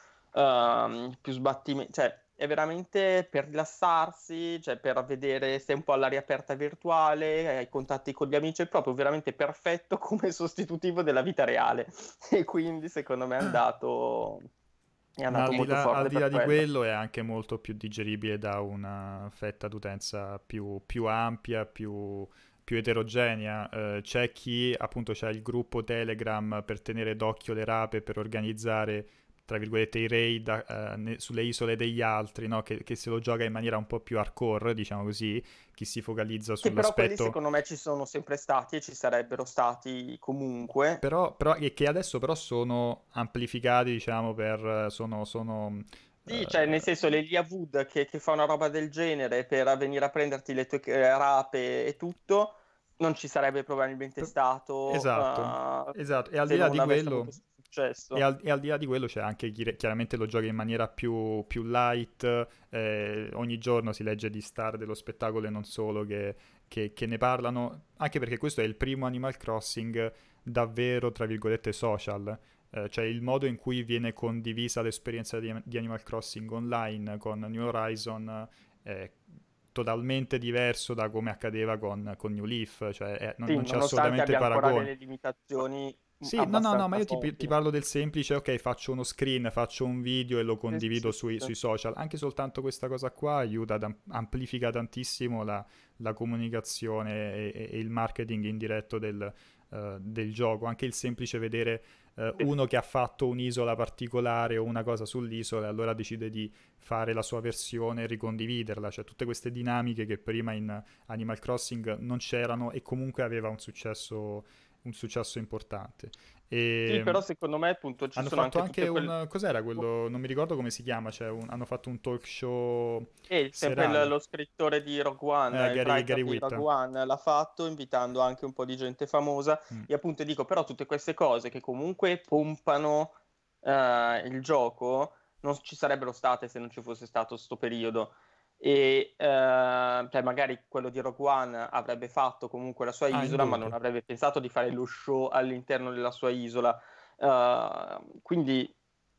ehm, più sbattimenti, cioè è veramente per rilassarsi, cioè per vedere se è un po' all'aria aperta virtuale, hai contatti con gli amici, è proprio veramente perfetto come sostitutivo della vita reale e quindi secondo me è andato, è Ma andato al di molto là, al forte di per là di quello. quello è anche molto più digeribile da una fetta d'utenza più, più ampia, più, più eterogenea. Eh, c'è chi appunto c'ha il gruppo Telegram per tenere d'occhio le rape, per organizzare, tra virgolette, i raid eh, ne- sulle isole degli altri, no? Che, che se lo gioca in maniera un po' più hardcore, diciamo così, chi si focalizza Che però quelli sull'aspetto. secondo me ci sono sempre stati e ci sarebbero stati comunque. Però, però e che adesso però sono amplificati, diciamo, per... sono... sono Sì, cioè nel eh, senso l'Elia Wood che, che fa una roba del genere per venire a prenderti le tue eh, rape e tutto, non ci sarebbe probabilmente stato Esatto, eh, esatto. E al di se là non di avesse avuto quello, questo e successo. al, e al di là di quello c'è anche chi chiaramente lo gioca in maniera più, più light, eh, ogni giorno si legge di star dello spettacolo e non solo che, che- che ne parlano, anche perché questo è il primo Animal Crossing davvero, tra virgolette, social. Eh, cioè il modo in cui viene condivisa l'esperienza di, di Animal Crossing online con New Horizon è totalmente diverso da come accadeva con, con New Leaf, cioè è- non, Sì, non c'è nonostante assolutamente abbia ancora paragone. delle limitazioni Sì, no, no, no, ma abbastanza io ti, ti forti. parlo del semplice, ok, faccio uno screen, faccio un video e lo Sì, sì, condivido sì, sì, sui, sì. sui social. Anche soltanto questa cosa qua aiuta, ad am- amplifica tantissimo la, la comunicazione e, e- e il marketing indiretto del, eh, del gioco. Anche il semplice vedere eh, Sì. uno che ha fatto un'isola particolare o una cosa sull'isola e allora decide di fare la sua versione e ricondividerla. Cioè tutte queste dinamiche che prima in Animal Crossing non c'erano e comunque aveva un successo un successo importante. Sì, E però secondo me appunto ci hanno sono fatto anche anche tutte quelle... un... cos'era quello? Non mi ricordo come si chiama, cioè un- hanno fatto un talk show E sempre il- serale. lo scrittore di Rogue Eh, One, il Gary, writer Gary di Whitta. Rogue One, l'ha fatto invitando anche un po' di gente famosa. Mm. E appunto dico, però tutte queste cose che comunque pompano eh, il gioco non ci sarebbero state se non ci fosse stato sto periodo. E eh, cioè magari quello di Rogue One avrebbe fatto comunque la sua Ah, isola, ma non indubbio. avrebbe pensato di fare lo show all'interno della sua isola. Eh, quindi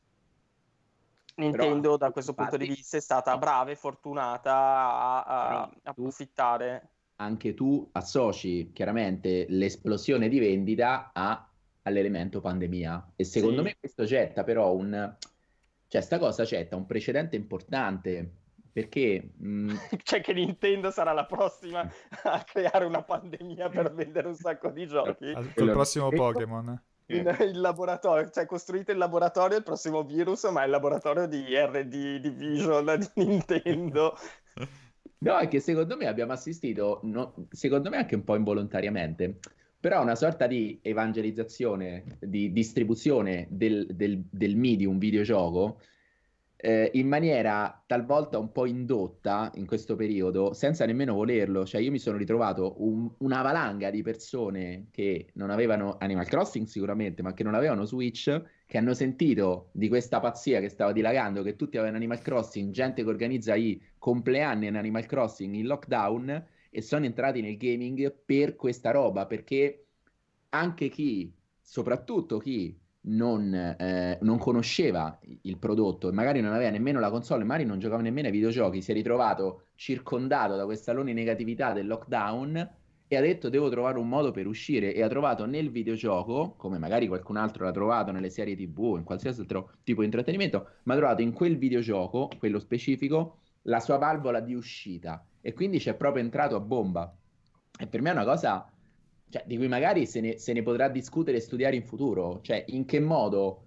Però Nintendo da questo punto di infatti, vista è stata brava e fortunata a, però a tu approfittare. anche tu associ chiaramente l'esplosione di vendita a- all'elemento pandemia. E secondo Sì, me questo getta però un... cioè sta cosa getta un precedente importante, perché mh, cioè che Nintendo sarà la prossima a creare una pandemia per vendere un sacco di giochi. Al- col quello non prossimo credo. Pokémon. In, il laboratorio, cioè costruite il laboratorio, il prossimo virus, ma è il laboratorio di R D Division di Nintendo. No, è che secondo me abbiamo assistito, no- secondo me anche un po' involontariamente, però a una sorta di evangelizzazione, di distribuzione del, del, del medium videogioco eh, in maniera talvolta un po' indotta in questo periodo, senza nemmeno volerlo. Cioè io mi sono ritrovato un- una valanga di persone che non avevano Animal Crossing sicuramente, ma che non avevano Switch che hanno sentito di questa pazzia che stava dilagando, che tutti avevano Animal Crossing, gente che organizza i compleanni in Animal Crossing in lockdown, e sono entrati nel gaming per questa roba, perché anche chi, soprattutto chi non, eh, non conosceva il prodotto e magari non aveva nemmeno la console, magari non giocava nemmeno ai videogiochi, si è ritrovato circondato da questa alone negatività del lockdown e ha detto devo trovare un modo per uscire, e ha trovato nel videogioco, come magari qualcun altro l'ha trovato nelle serie tivù, in qualsiasi altro tipo di intrattenimento, ma ha trovato in quel videogioco, quello specifico, la sua valvola di uscita, e quindi c'è proprio entrato a bomba. E per me è una cosa, cioè, di cui magari se ne, se ne potrà discutere e studiare in futuro, cioè in che modo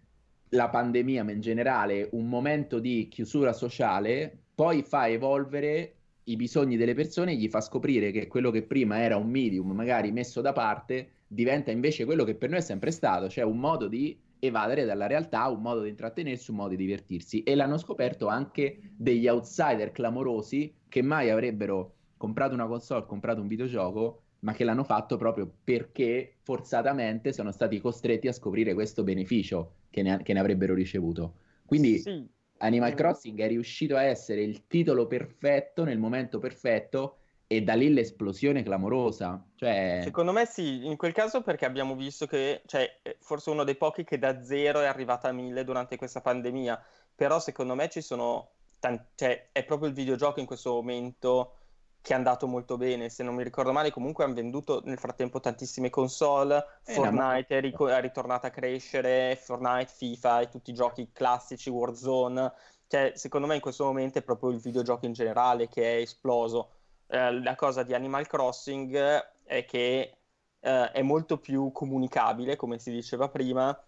la pandemia, ma in generale un momento di chiusura sociale, poi fa evolvere i bisogni delle persone, gli fa scoprire che quello che prima era un medium magari messo da parte diventa invece quello che per noi è sempre stato, cioè un modo di evadere dalla realtà, un modo di intrattenersi, un modo di divertirsi. E l'hanno scoperto anche degli outsider clamorosi che mai avrebbero comprato una console, comprato un videogioco, ma che l'hanno fatto proprio perché forzatamente sono stati costretti a scoprire questo beneficio che ne, che ne avrebbero ricevuto. Quindi Sì. Animal Crossing è riuscito a essere il titolo perfetto nel momento perfetto, e da lì l'esplosione clamorosa. Cioè... Secondo me sì, in quel caso perché abbiamo visto che, cioè, forse uno dei pochi che da zero è arrivato a mille durante questa pandemia, però secondo me ci sono, tan- cioè, è proprio il videogioco in questo momento che è andato molto bene. Se non mi ricordo male, comunque hanno venduto nel frattempo tantissime console, È una Fortnite è, ric- è ritornato a crescere, Fortnite, FIFA e tutti i giochi classici, Warzone, cioè, secondo me in questo momento è proprio il videogioco in generale che è esploso. Eh, la cosa di Animal Crossing è che eh, è molto più comunicabile, come si diceva prima.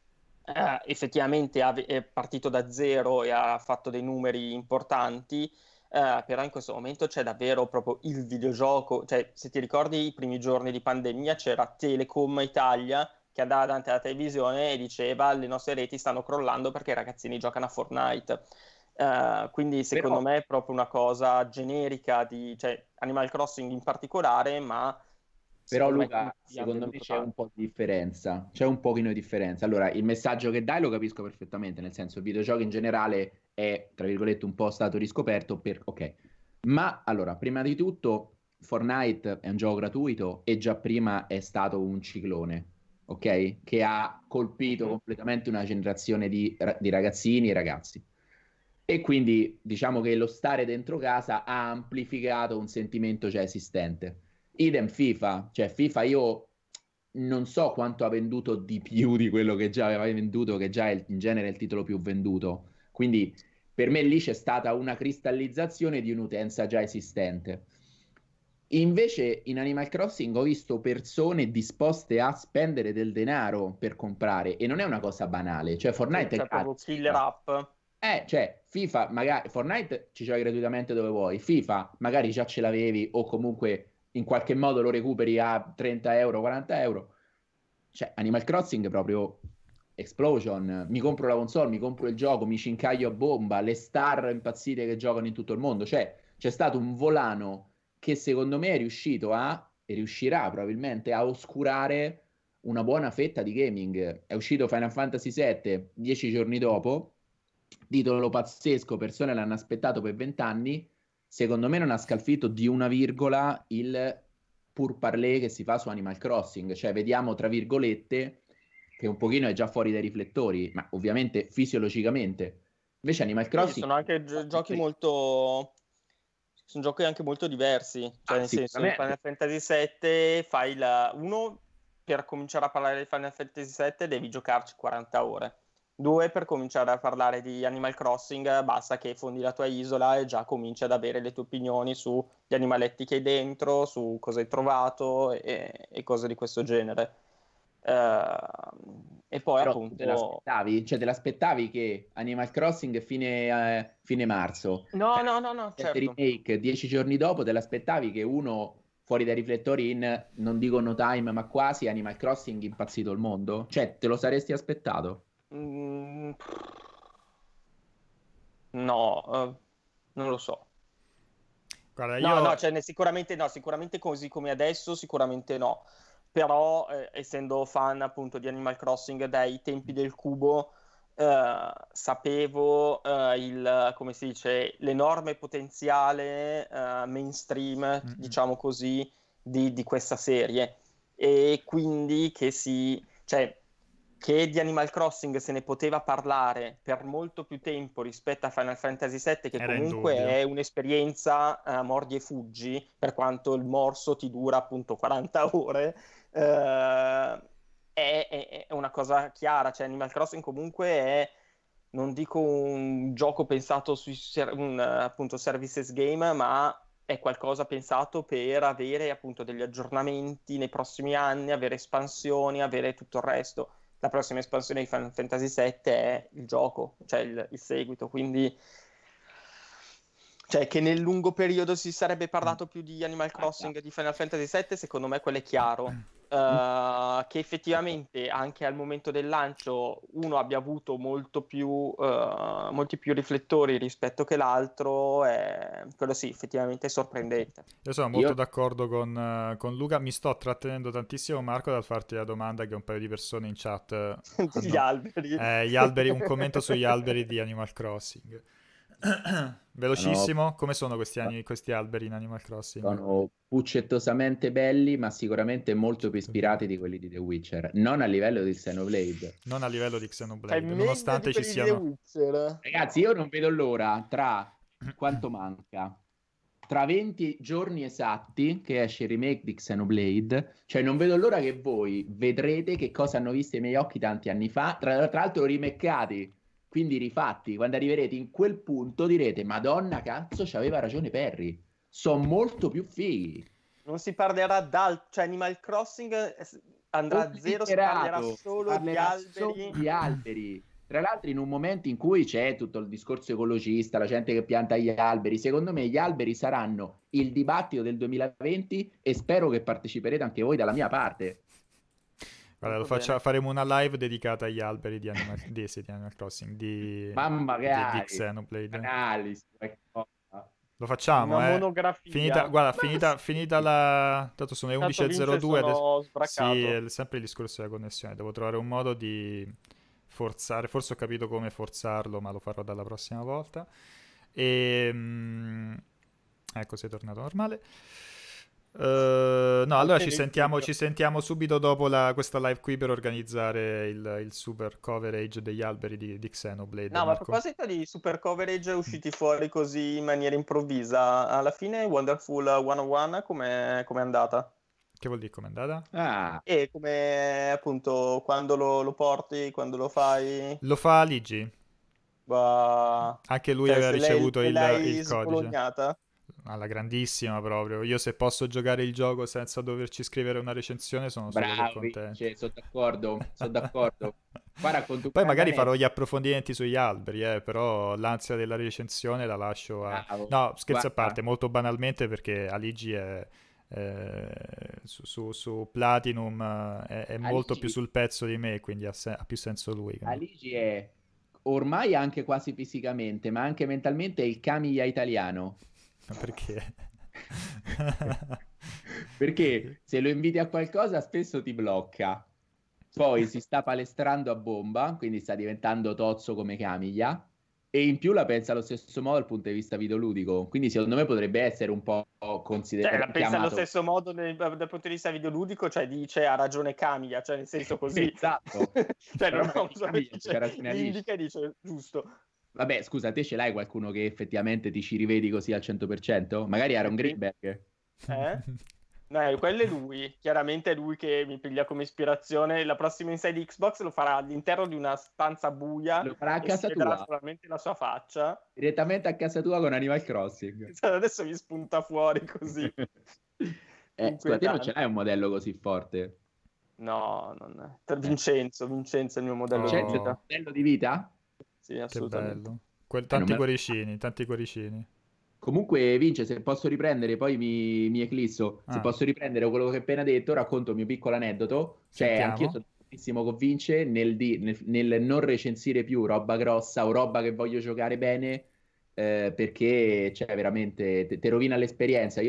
Eh, effettivamente ave- è partito da zero e ha fatto dei numeri importanti, eh, però in questo momento c'è davvero proprio il videogioco. Cioè, se ti ricordi i primi giorni di pandemia, c'era Telecom Italia che andava davanti alla televisione e diceva le nostre reti stanno crollando perché i ragazzini giocano a Fortnite. Eh, quindi secondo Però, me è proprio una cosa generica di, cioè, Animal Crossing in particolare, ma però secondo me Luca, tutti hanno secondo me venduto c'è un tanto. po' di differenza. C'è un pochino di differenza. Allora, il messaggio che dai lo capisco perfettamente, nel senso, il videogioco in generale è, tra virgolette, un po' stato riscoperto per... Ok. Ma, allora, prima di tutto, Fortnite è un gioco gratuito e già prima è stato un ciclone, ok? Che ha colpito Mhm. completamente una generazione di, di ragazzini e ragazzi. E quindi diciamo che lo stare dentro casa ha amplificato un sentimento già esistente. Idem FIFA, cioè FIFA io non so quanto ha venduto di più di quello che già aveva venduto, che già è in genere il titolo più venduto. Quindi per me lì c'è stata una cristallizzazione di un'utenza già esistente. Invece in Animal Crossing ho visto persone disposte a spendere del denaro per comprare, e non è una cosa banale, cioè Sì, Fortnite è c'è proprio gratis, killer FIFA. app. Eh, cioè, FIFA, magari Fortnite ci giochi gratuitamente dove vuoi. FIFA, magari già ce l'avevi o comunque in qualche modo lo recuperi a trenta euro, quaranta euro. Cioè, Animal Crossing proprio explosion. Mi compro la console, mi compro il gioco, mi cincaglio a bomba, le star impazzite che giocano in tutto il mondo. Cioè, c'è stato un volano che secondo me è riuscito a, e riuscirà probabilmente a oscurare una buona fetta di gaming. È uscito Final Fantasy sette dieci giorni dopo, titolo pazzesco, persone l'hanno aspettato per vent'anni, secondo me non ha scalfito di una virgola il pur parler che si fa su Animal Crossing, cioè vediamo tra virgolette che un pochino è già fuori dai riflettori, ma ovviamente fisiologicamente. Invece Animal Sì, Crossing... sono anche gi- giochi molto... sono giochi anche molto diversi. Cioè, Ah, nel senso, in sicuramente. Final Fantasy sette fai la... Uno, per cominciare a parlare di Final Fantasy sette devi giocarci quaranta ore. Due, per cominciare a parlare di Animal Crossing, basta che fondi la tua isola e già cominci ad avere le tue opinioni sugli animaletti che hai dentro, su cosa hai trovato e, e cose di questo genere. Eh, e poi Però tu te appunto... l'aspettavi? Cioè te l'aspettavi che Animal Crossing fine, eh, fine marzo, No, Final no, no, no, Fantasy certo. Remake, dieci giorni dopo, te l'aspettavi che uno fuori dai riflettori in, non dico no time, ma quasi Animal Crossing impazzito il mondo? Cioè te lo saresti aspettato? Mm, no, eh, non lo so. Guarda, No, no, io cioè, ne- sicuramente no, sicuramente così come adesso, sicuramente no. però eh, essendo fan appunto di Animal Crossing dai tempi del cubo, eh, sapevo eh, il, come si dice, l'enorme potenziale eh, mainstream, Mm-mm. diciamo così, di, di questa serie, e quindi che si, cioè, che di Animal Crossing se ne poteva parlare per molto più tempo rispetto a Final Fantasy sette, che Era comunque indubbio. è un'esperienza uh, mordi e fuggi, per quanto il morso ti dura appunto quaranta ore, uh, è, è, è una cosa chiara. Cioè Animal Crossing comunque è, non dico un gioco pensato sui ser- un appunto services game, ma è qualcosa pensato per avere appunto degli aggiornamenti nei prossimi anni, avere espansioni, avere tutto il resto. La prossima espansione di Final Fantasy sette è il gioco, cioè il, il seguito, quindi cioè che nel lungo periodo si sarebbe parlato più di Animal Crossing e di Final Fantasy sette, secondo me quello è chiaro. Uh, che effettivamente anche al momento del lancio uno abbia avuto molto più, uh, molti più riflettori rispetto che l'altro, è... quello sì, effettivamente è sorprendente. Io sono molto Io- d'accordo con, eh, con Luca. Mi sto trattenendo tantissimo, Marco, dal farti la domanda che un paio di persone in chat eh, Gli hanno. alberi. Eh, gli alberi, un commento sugli alberi di Animal Crossing. sono, Velocissimo, come sono questi, ani- questi alberi in Animal Crossing? sono puccettosamente belli, ma sicuramente molto più Puccettosamente. ispirati di quelli di The Witcher. Non a livello di Xenoblade. Non a livello di Cioè Xenoblade, meglio di nonostante ci quelli di The siano. Witcher. Ragazzi, io non vedo l'ora tra quanto manca. Tra venti giorni esatti che esce il remake di Xenoblade, cioè non vedo l'ora che voi vedrete che cosa hanno visto i miei occhi tanti anni fa, tra, tra l'altro remakeati, quindi rifatti. Quando arriverete in quel punto direte, Madonna cazzo, c'aveva ragione Perry, sono molto più fighi. Non si parlerà d'altro, cioè Animal Crossing eh, andrà a zero, si parlerà Obliterato, si solo di parlerà solo alberi. di alberi. Tra l'altro in un momento in cui c'è tutto il discorso ecologista, la gente che pianta gli alberi, secondo me gli alberi saranno il dibattito del duemilaventi e spero che parteciperete anche voi dalla mia parte. Guarda, lo Molto faccia- bene. faremo una live dedicata agli alberi di Animal, di, sì, di Animal Crossing, di, Ma di, di magari, Xenoblade. analisi, qualcosa. Lo Una facciamo, eh. Finita, monografia. guarda, Ma finita, sì, finita la. Tanto sono le Tanto Vince undici e zero due. adesso- sono Sì, sbraccato. è sempre il discorso della connessione. Devo trovare un modo di forzare. Forse ho capito come forzarlo, ma lo farò dalla prossima volta. E. mm, ecco, sei tornato normale. Eh, no, allora ci Almeno in sentiamo, video. ci sentiamo subito dopo la- questa live qui per organizzare il, il super coverage degli alberi di, di Xenoblade, No, ma a Marco. proposito di super coverage usciti fuori così in maniera improvvisa, alla fine Wonderful centouno come è andata? Che vuol dire com'è andata? Ah, E come appunto quando lo, lo porti, quando lo fai, Lo fa Ligi. va... Anche lui Cioè aveva se lei, ricevuto se il, l'hai il codice. sbolognata? Alla grandissima proprio. Io se posso giocare il gioco senza doverci scrivere una recensione sono solo che bravo, contento. Vince, sono d'accordo, sono d'accordo. Qua racconto un Poi grande magari farò aneddoto. gli approfondimenti sugli alberi, eh, però l'ansia della recensione la lascio a. Bravo, No, scherzi a guarda, parte, molto banalmente perché Aligi è. eh, su, su- su Platinum eh, è, è molto più Aligi, sul pezzo di me, quindi ha, se- ha più senso lui. che no. Aligi è ormai anche quasi fisicamente, ma anche mentalmente il Camilla italiano. Ma perché? Perché se lo inviti a qualcosa spesso ti blocca. Poi si sta palestrando a bomba, quindi sta diventando tozzo come Camiglia. E in più la pensa allo stesso modo dal punto di vista videoludico. Quindi secondo me potrebbe essere un po' Cioè, considerato la pensa allo stesso modo nel- dal punto di vista videoludico, cioè dice ha ragione Camilla, cioè nel senso così. Esatto. Cioè Però non ha magari uso Camiglia dice, c'ha ragione Aligi. indica e dice giusto. Vabbè, scusa, te ce l'hai qualcuno che effettivamente ti ci rivedi così al cento per cento? Magari Aaron Perché? Greenberg. Eh? No, quello è lui. Chiaramente è lui che mi piglia come ispirazione. La prossima Inside Xbox lo farà all'interno di una stanza buia Lo farà a e si casa vedrà tua, solamente la sua faccia. direttamente a casa tua con Animal Crossing. Adesso mi spunta fuori così. Eh, scusa, te non ce Inquietante. l'hai un modello così forte? No, non è. Per Eh. Vincenzo, Vincenzo è il mio modello C'è di il Oh. vita. modello di vita? Sì, Che assolutamente. bello. Que- Eh, non tanti me- cuoricini, tanti cuoricini. Comunque, Vince, se posso riprendere, poi mi, mi eclisso. Se Ah, posso riprendere quello che ho appena detto, racconto il mio piccolo aneddoto. Cioè, anch'io sentiamo. sono tantissimo con Vince nel, di- nel- nel non recensire più roba grossa o roba che voglio giocare bene, eh, perché, cioè, veramente te, te rovina l'esperienza. Io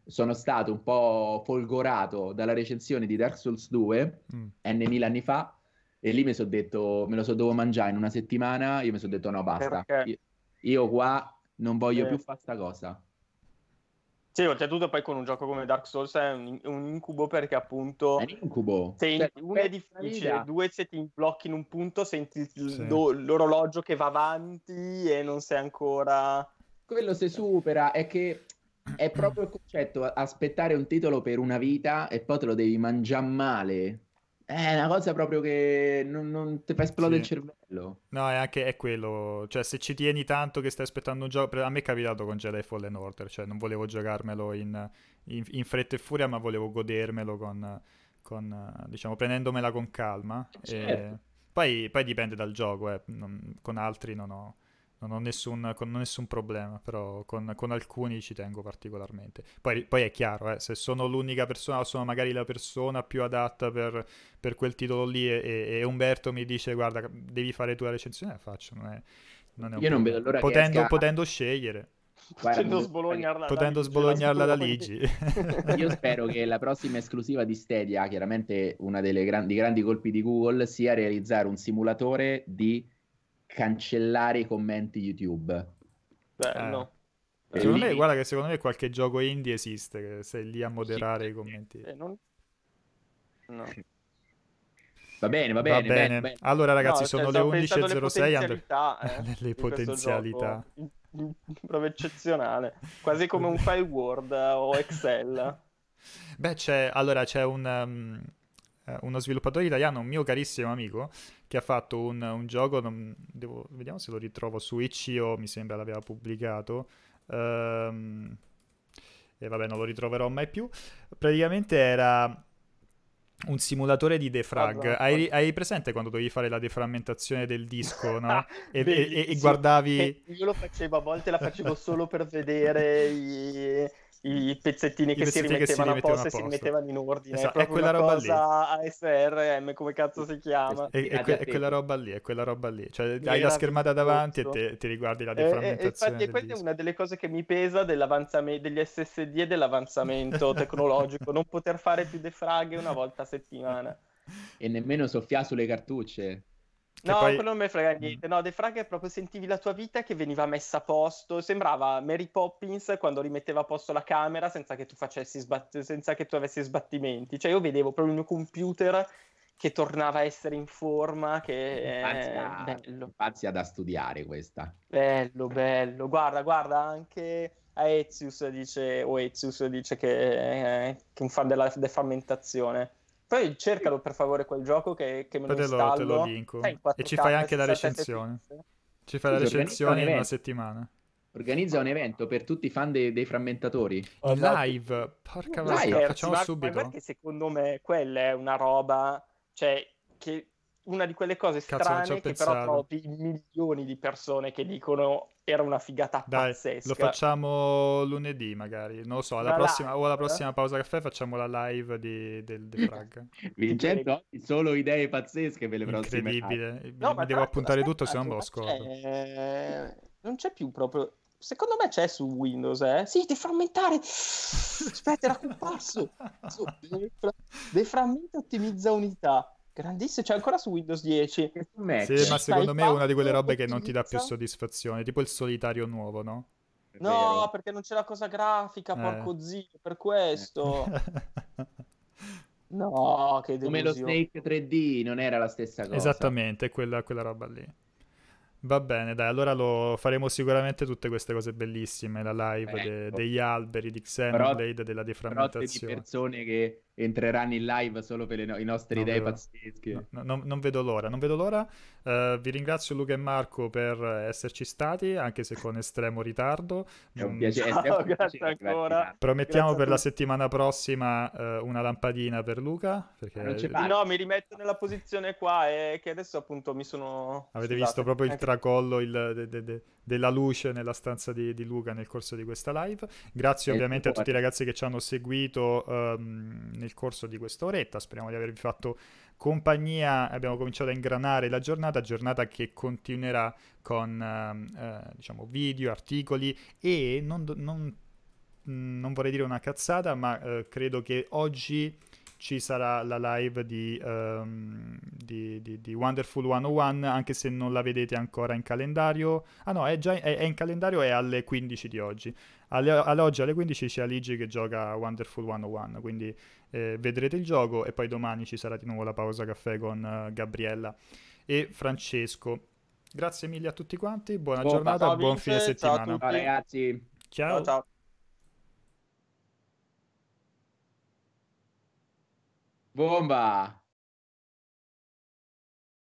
sono stato un po' folgorato dalla recensione di Dark Souls due Mm. N mila anni fa, e lì mi sono detto, me lo so dovevo mangiare in una settimana, io mi sono detto no, basta, Perché? io, io qua non voglio Eh. più fare sta cosa. Sì, oltretutto poi con un gioco come Dark Souls è un, un incubo perché appunto È un incubo. senti, Cioè, uno è pensi alla difficile, vita. due se ti blocchi in un punto senti il- Sì. lo- l'orologio che va avanti e non sei ancora... Quello si supera, è che è proprio il concetto, aspettare un titolo per una vita e poi te lo devi mangiare male. È una cosa proprio che non, non ti fa esplodere il Sì. cervello. No, è anche è quello, cioè se ci tieni tanto che stai aspettando un gioco, per- a me è capitato con Jedi Fallen Order, cioè non volevo giocarmelo in, in- in fretta e furia, ma volevo godermelo con, con, eh, diciamo, prendendomela con calma. E Certo. poi, poi dipende dal gioco, eh, non- con altri non ho, non ho nessun, con- nessun problema, però con, con alcuni ci tengo particolarmente. Poi, poi è chiaro, eh, se sono l'unica persona o sono magari la persona più adatta per per quel titolo lì e, e Umberto mi dice guarda devi fare tu la recensione, la faccio, non è, non è un Io non vedo problema. l'ora che Potendo, esca. potendo scegliere, Guarda, Potendo non vedo l'ora che- sbolognarla da potendo Ligi, sbolognarla da sicuramente. Ligi. Io spero che la prossima esclusiva di Stadia, chiaramente una delle grandi, grandi colpi di Google, sia realizzare un simulatore di cancellare i commenti YouTube. Eh, Bello. E secondo lì me, mi- guarda che secondo me qualche gioco indie esiste, che sei lì a sì, moderare i sì. commenti. Eh, non... No. Va bene, va Va bene, bene, bene, bene. allora ragazzi No, cioè, sono le stavo undici pensando e alle zero sei, And- potenzialità eh, le di questo potenzialità. gioco. In- in- Proprio eccezionale. Quasi come un file Word eh, o Excel. Beh, c'è, allora c'è un, um, eh, uno sviluppatore italiano, un mio carissimo amico, che ha fatto un, un gioco, non- devo- vediamo se lo ritrovo su itch punto io, mi sembra l'aveva pubblicato, ehm, e vabbè non lo ritroverò mai più, praticamente era un simulatore di defrag. Guarda, Hai, hai presente quando dovevi fare la deframmentazione del disco, no? E, e- e- e bellissimo. guardavi... Che io lo facevo a volte, la facevo solo per vedere i, i pezzettini I che si pezzettini che si rimettevano a rimettevano posto a e si posto. rimettevano in ordine. È Esatto, è proprio quella una roba lì. cosa A S R M, come cazzo si chiama. È, è Ah, que- già è quella detto. roba lì, è quella roba lì. Cioè, hai la schermata davanti e Meraviglioso. te- ti riguardi la E, e- e deframmentazione infatti del questa è disco. una delle cose che mi pesa dell'avanzame- degli S S D e dell'avanzamento tecnologico, non poter fare più defraghe una volta a settimana. E nemmeno soffiare sulle cartucce. Che No, poi... quello non me frega Mm. niente. No, defrag è proprio sentivi la tua vita che veniva messa a posto. Sembrava Mary Poppins quando rimetteva a posto la camera senza che tu facessi sbatt- senza che tu avessi sbattimenti. Cioè, io vedevo proprio il mio computer che tornava a essere in forma, che è Infanzia, bello, infanzia da studiare questa. bello, bello. Guarda, guarda, anche a Ezius dice, o Ezius dice che è, che è un fan della deframmentazione. Poi cercalo per favore quel gioco che, che me lo Poi te lo, te lo installo. linko. Sai, in E ci quattro K, fai anche la sessanta recensione. F P S. Ci fai la Sì, si organizza un recensione in una evento. settimana. Organizza un evento per tutti i fan dei, dei frammentatori. In live? Porca Tu vacca, Live. scherzi, facciamo ma, ma subito? guarda che secondo me quella è una roba, cioè, che una di quelle cose Cazzo, non ci ho strane che però pensato. trovi milioni di persone che dicono era una figata Dai, pazzesca. lo facciamo lunedì magari. Non lo so, alla Una prossima, live, o alla eh? prossima pausa caffè facciamo la live di, del defrag. Vincenzo, oggi solo idee pazzesche per le prossime live. Incredibile. Mi, No, mi ma devo tra l'altro, appuntare aspetta tutto, un se no me lo attimo, ma scordo. c'è- non c'è più proprio. Secondo me c'è su Windows, eh? Sì, deframmentare. Aspetta, era comparso. Su, defra- Deframmenta e ottimizza unità. Grandissimo, c'è ancora su Windows dieci. Che su Mac. Sì, ma secondo me è una di quelle robe che non ti dà più Ottimizza. soddisfazione, tipo il solitario nuovo, no? È No, vero. perché non c'è la cosa grafica, Eh. porco zio, per questo. No, che Come lo delusione. Snake tre D non era la stessa cosa. Esattamente, è quella, quella roba lì. Va bene, dai, allora lo faremo sicuramente tutte queste cose bellissime, la live de- Ecco. degli alberi di Però- Xenoblade, della Frotte di deframmentazione. persone che entreranno in live solo per le no- i nostri Non idee vedo- pazzesche. No, no, non vedo l'ora, non vedo l'ora. Eh, vi ringrazio Luca e Marco per esserci stati, anche se con estremo ritardo. È un Mm, piacere. è Ciao, sempre un grazie piacere arrivare in ancora. ritardo. Promettiamo Grazie a per la tutti. settimana prossima eh, una lampadina per Luca, perché Ma non c'è Sì, Vale. no, mi rimetto nella posizione qua e che adesso appunto mi sono... avete Scusate, visto proprio il anche- tracollo il- de- de- de- della luce nella stanza di, di Luca nel corso di questa live. Grazie E il ovviamente a tuo tutti i ragazzi che ci hanno seguito ehm, nel corso di questa oretta. Speriamo di avervi fatto compagnia. Abbiamo cominciato a ingranare la giornata, giornata che continuerà con ehm, eh, diciamo video, articoli e non, do- non mh, non vorrei dire una cazzata, ma eh, credo che oggi ci sarà la live di, ehm, di, di, di Wonderful centouno, anche se non la vedete ancora in calendario. Ah no, è già è, è in calendario, è alle quindici di oggi. Alle, alle oggi alle quindici c'è Aligi che gioca Wonderful centouno, quindi eh, vedrete il gioco e poi domani ci sarà di nuovo la pausa caffè con uh, Gabriella e Francesco. Grazie mille a tutti quanti, buona Bomba. giornata, Ciao buon Vince, fine ciao a settimana. tutti. Ciao ragazzi. Ciao. Ciao ciao. Bomba.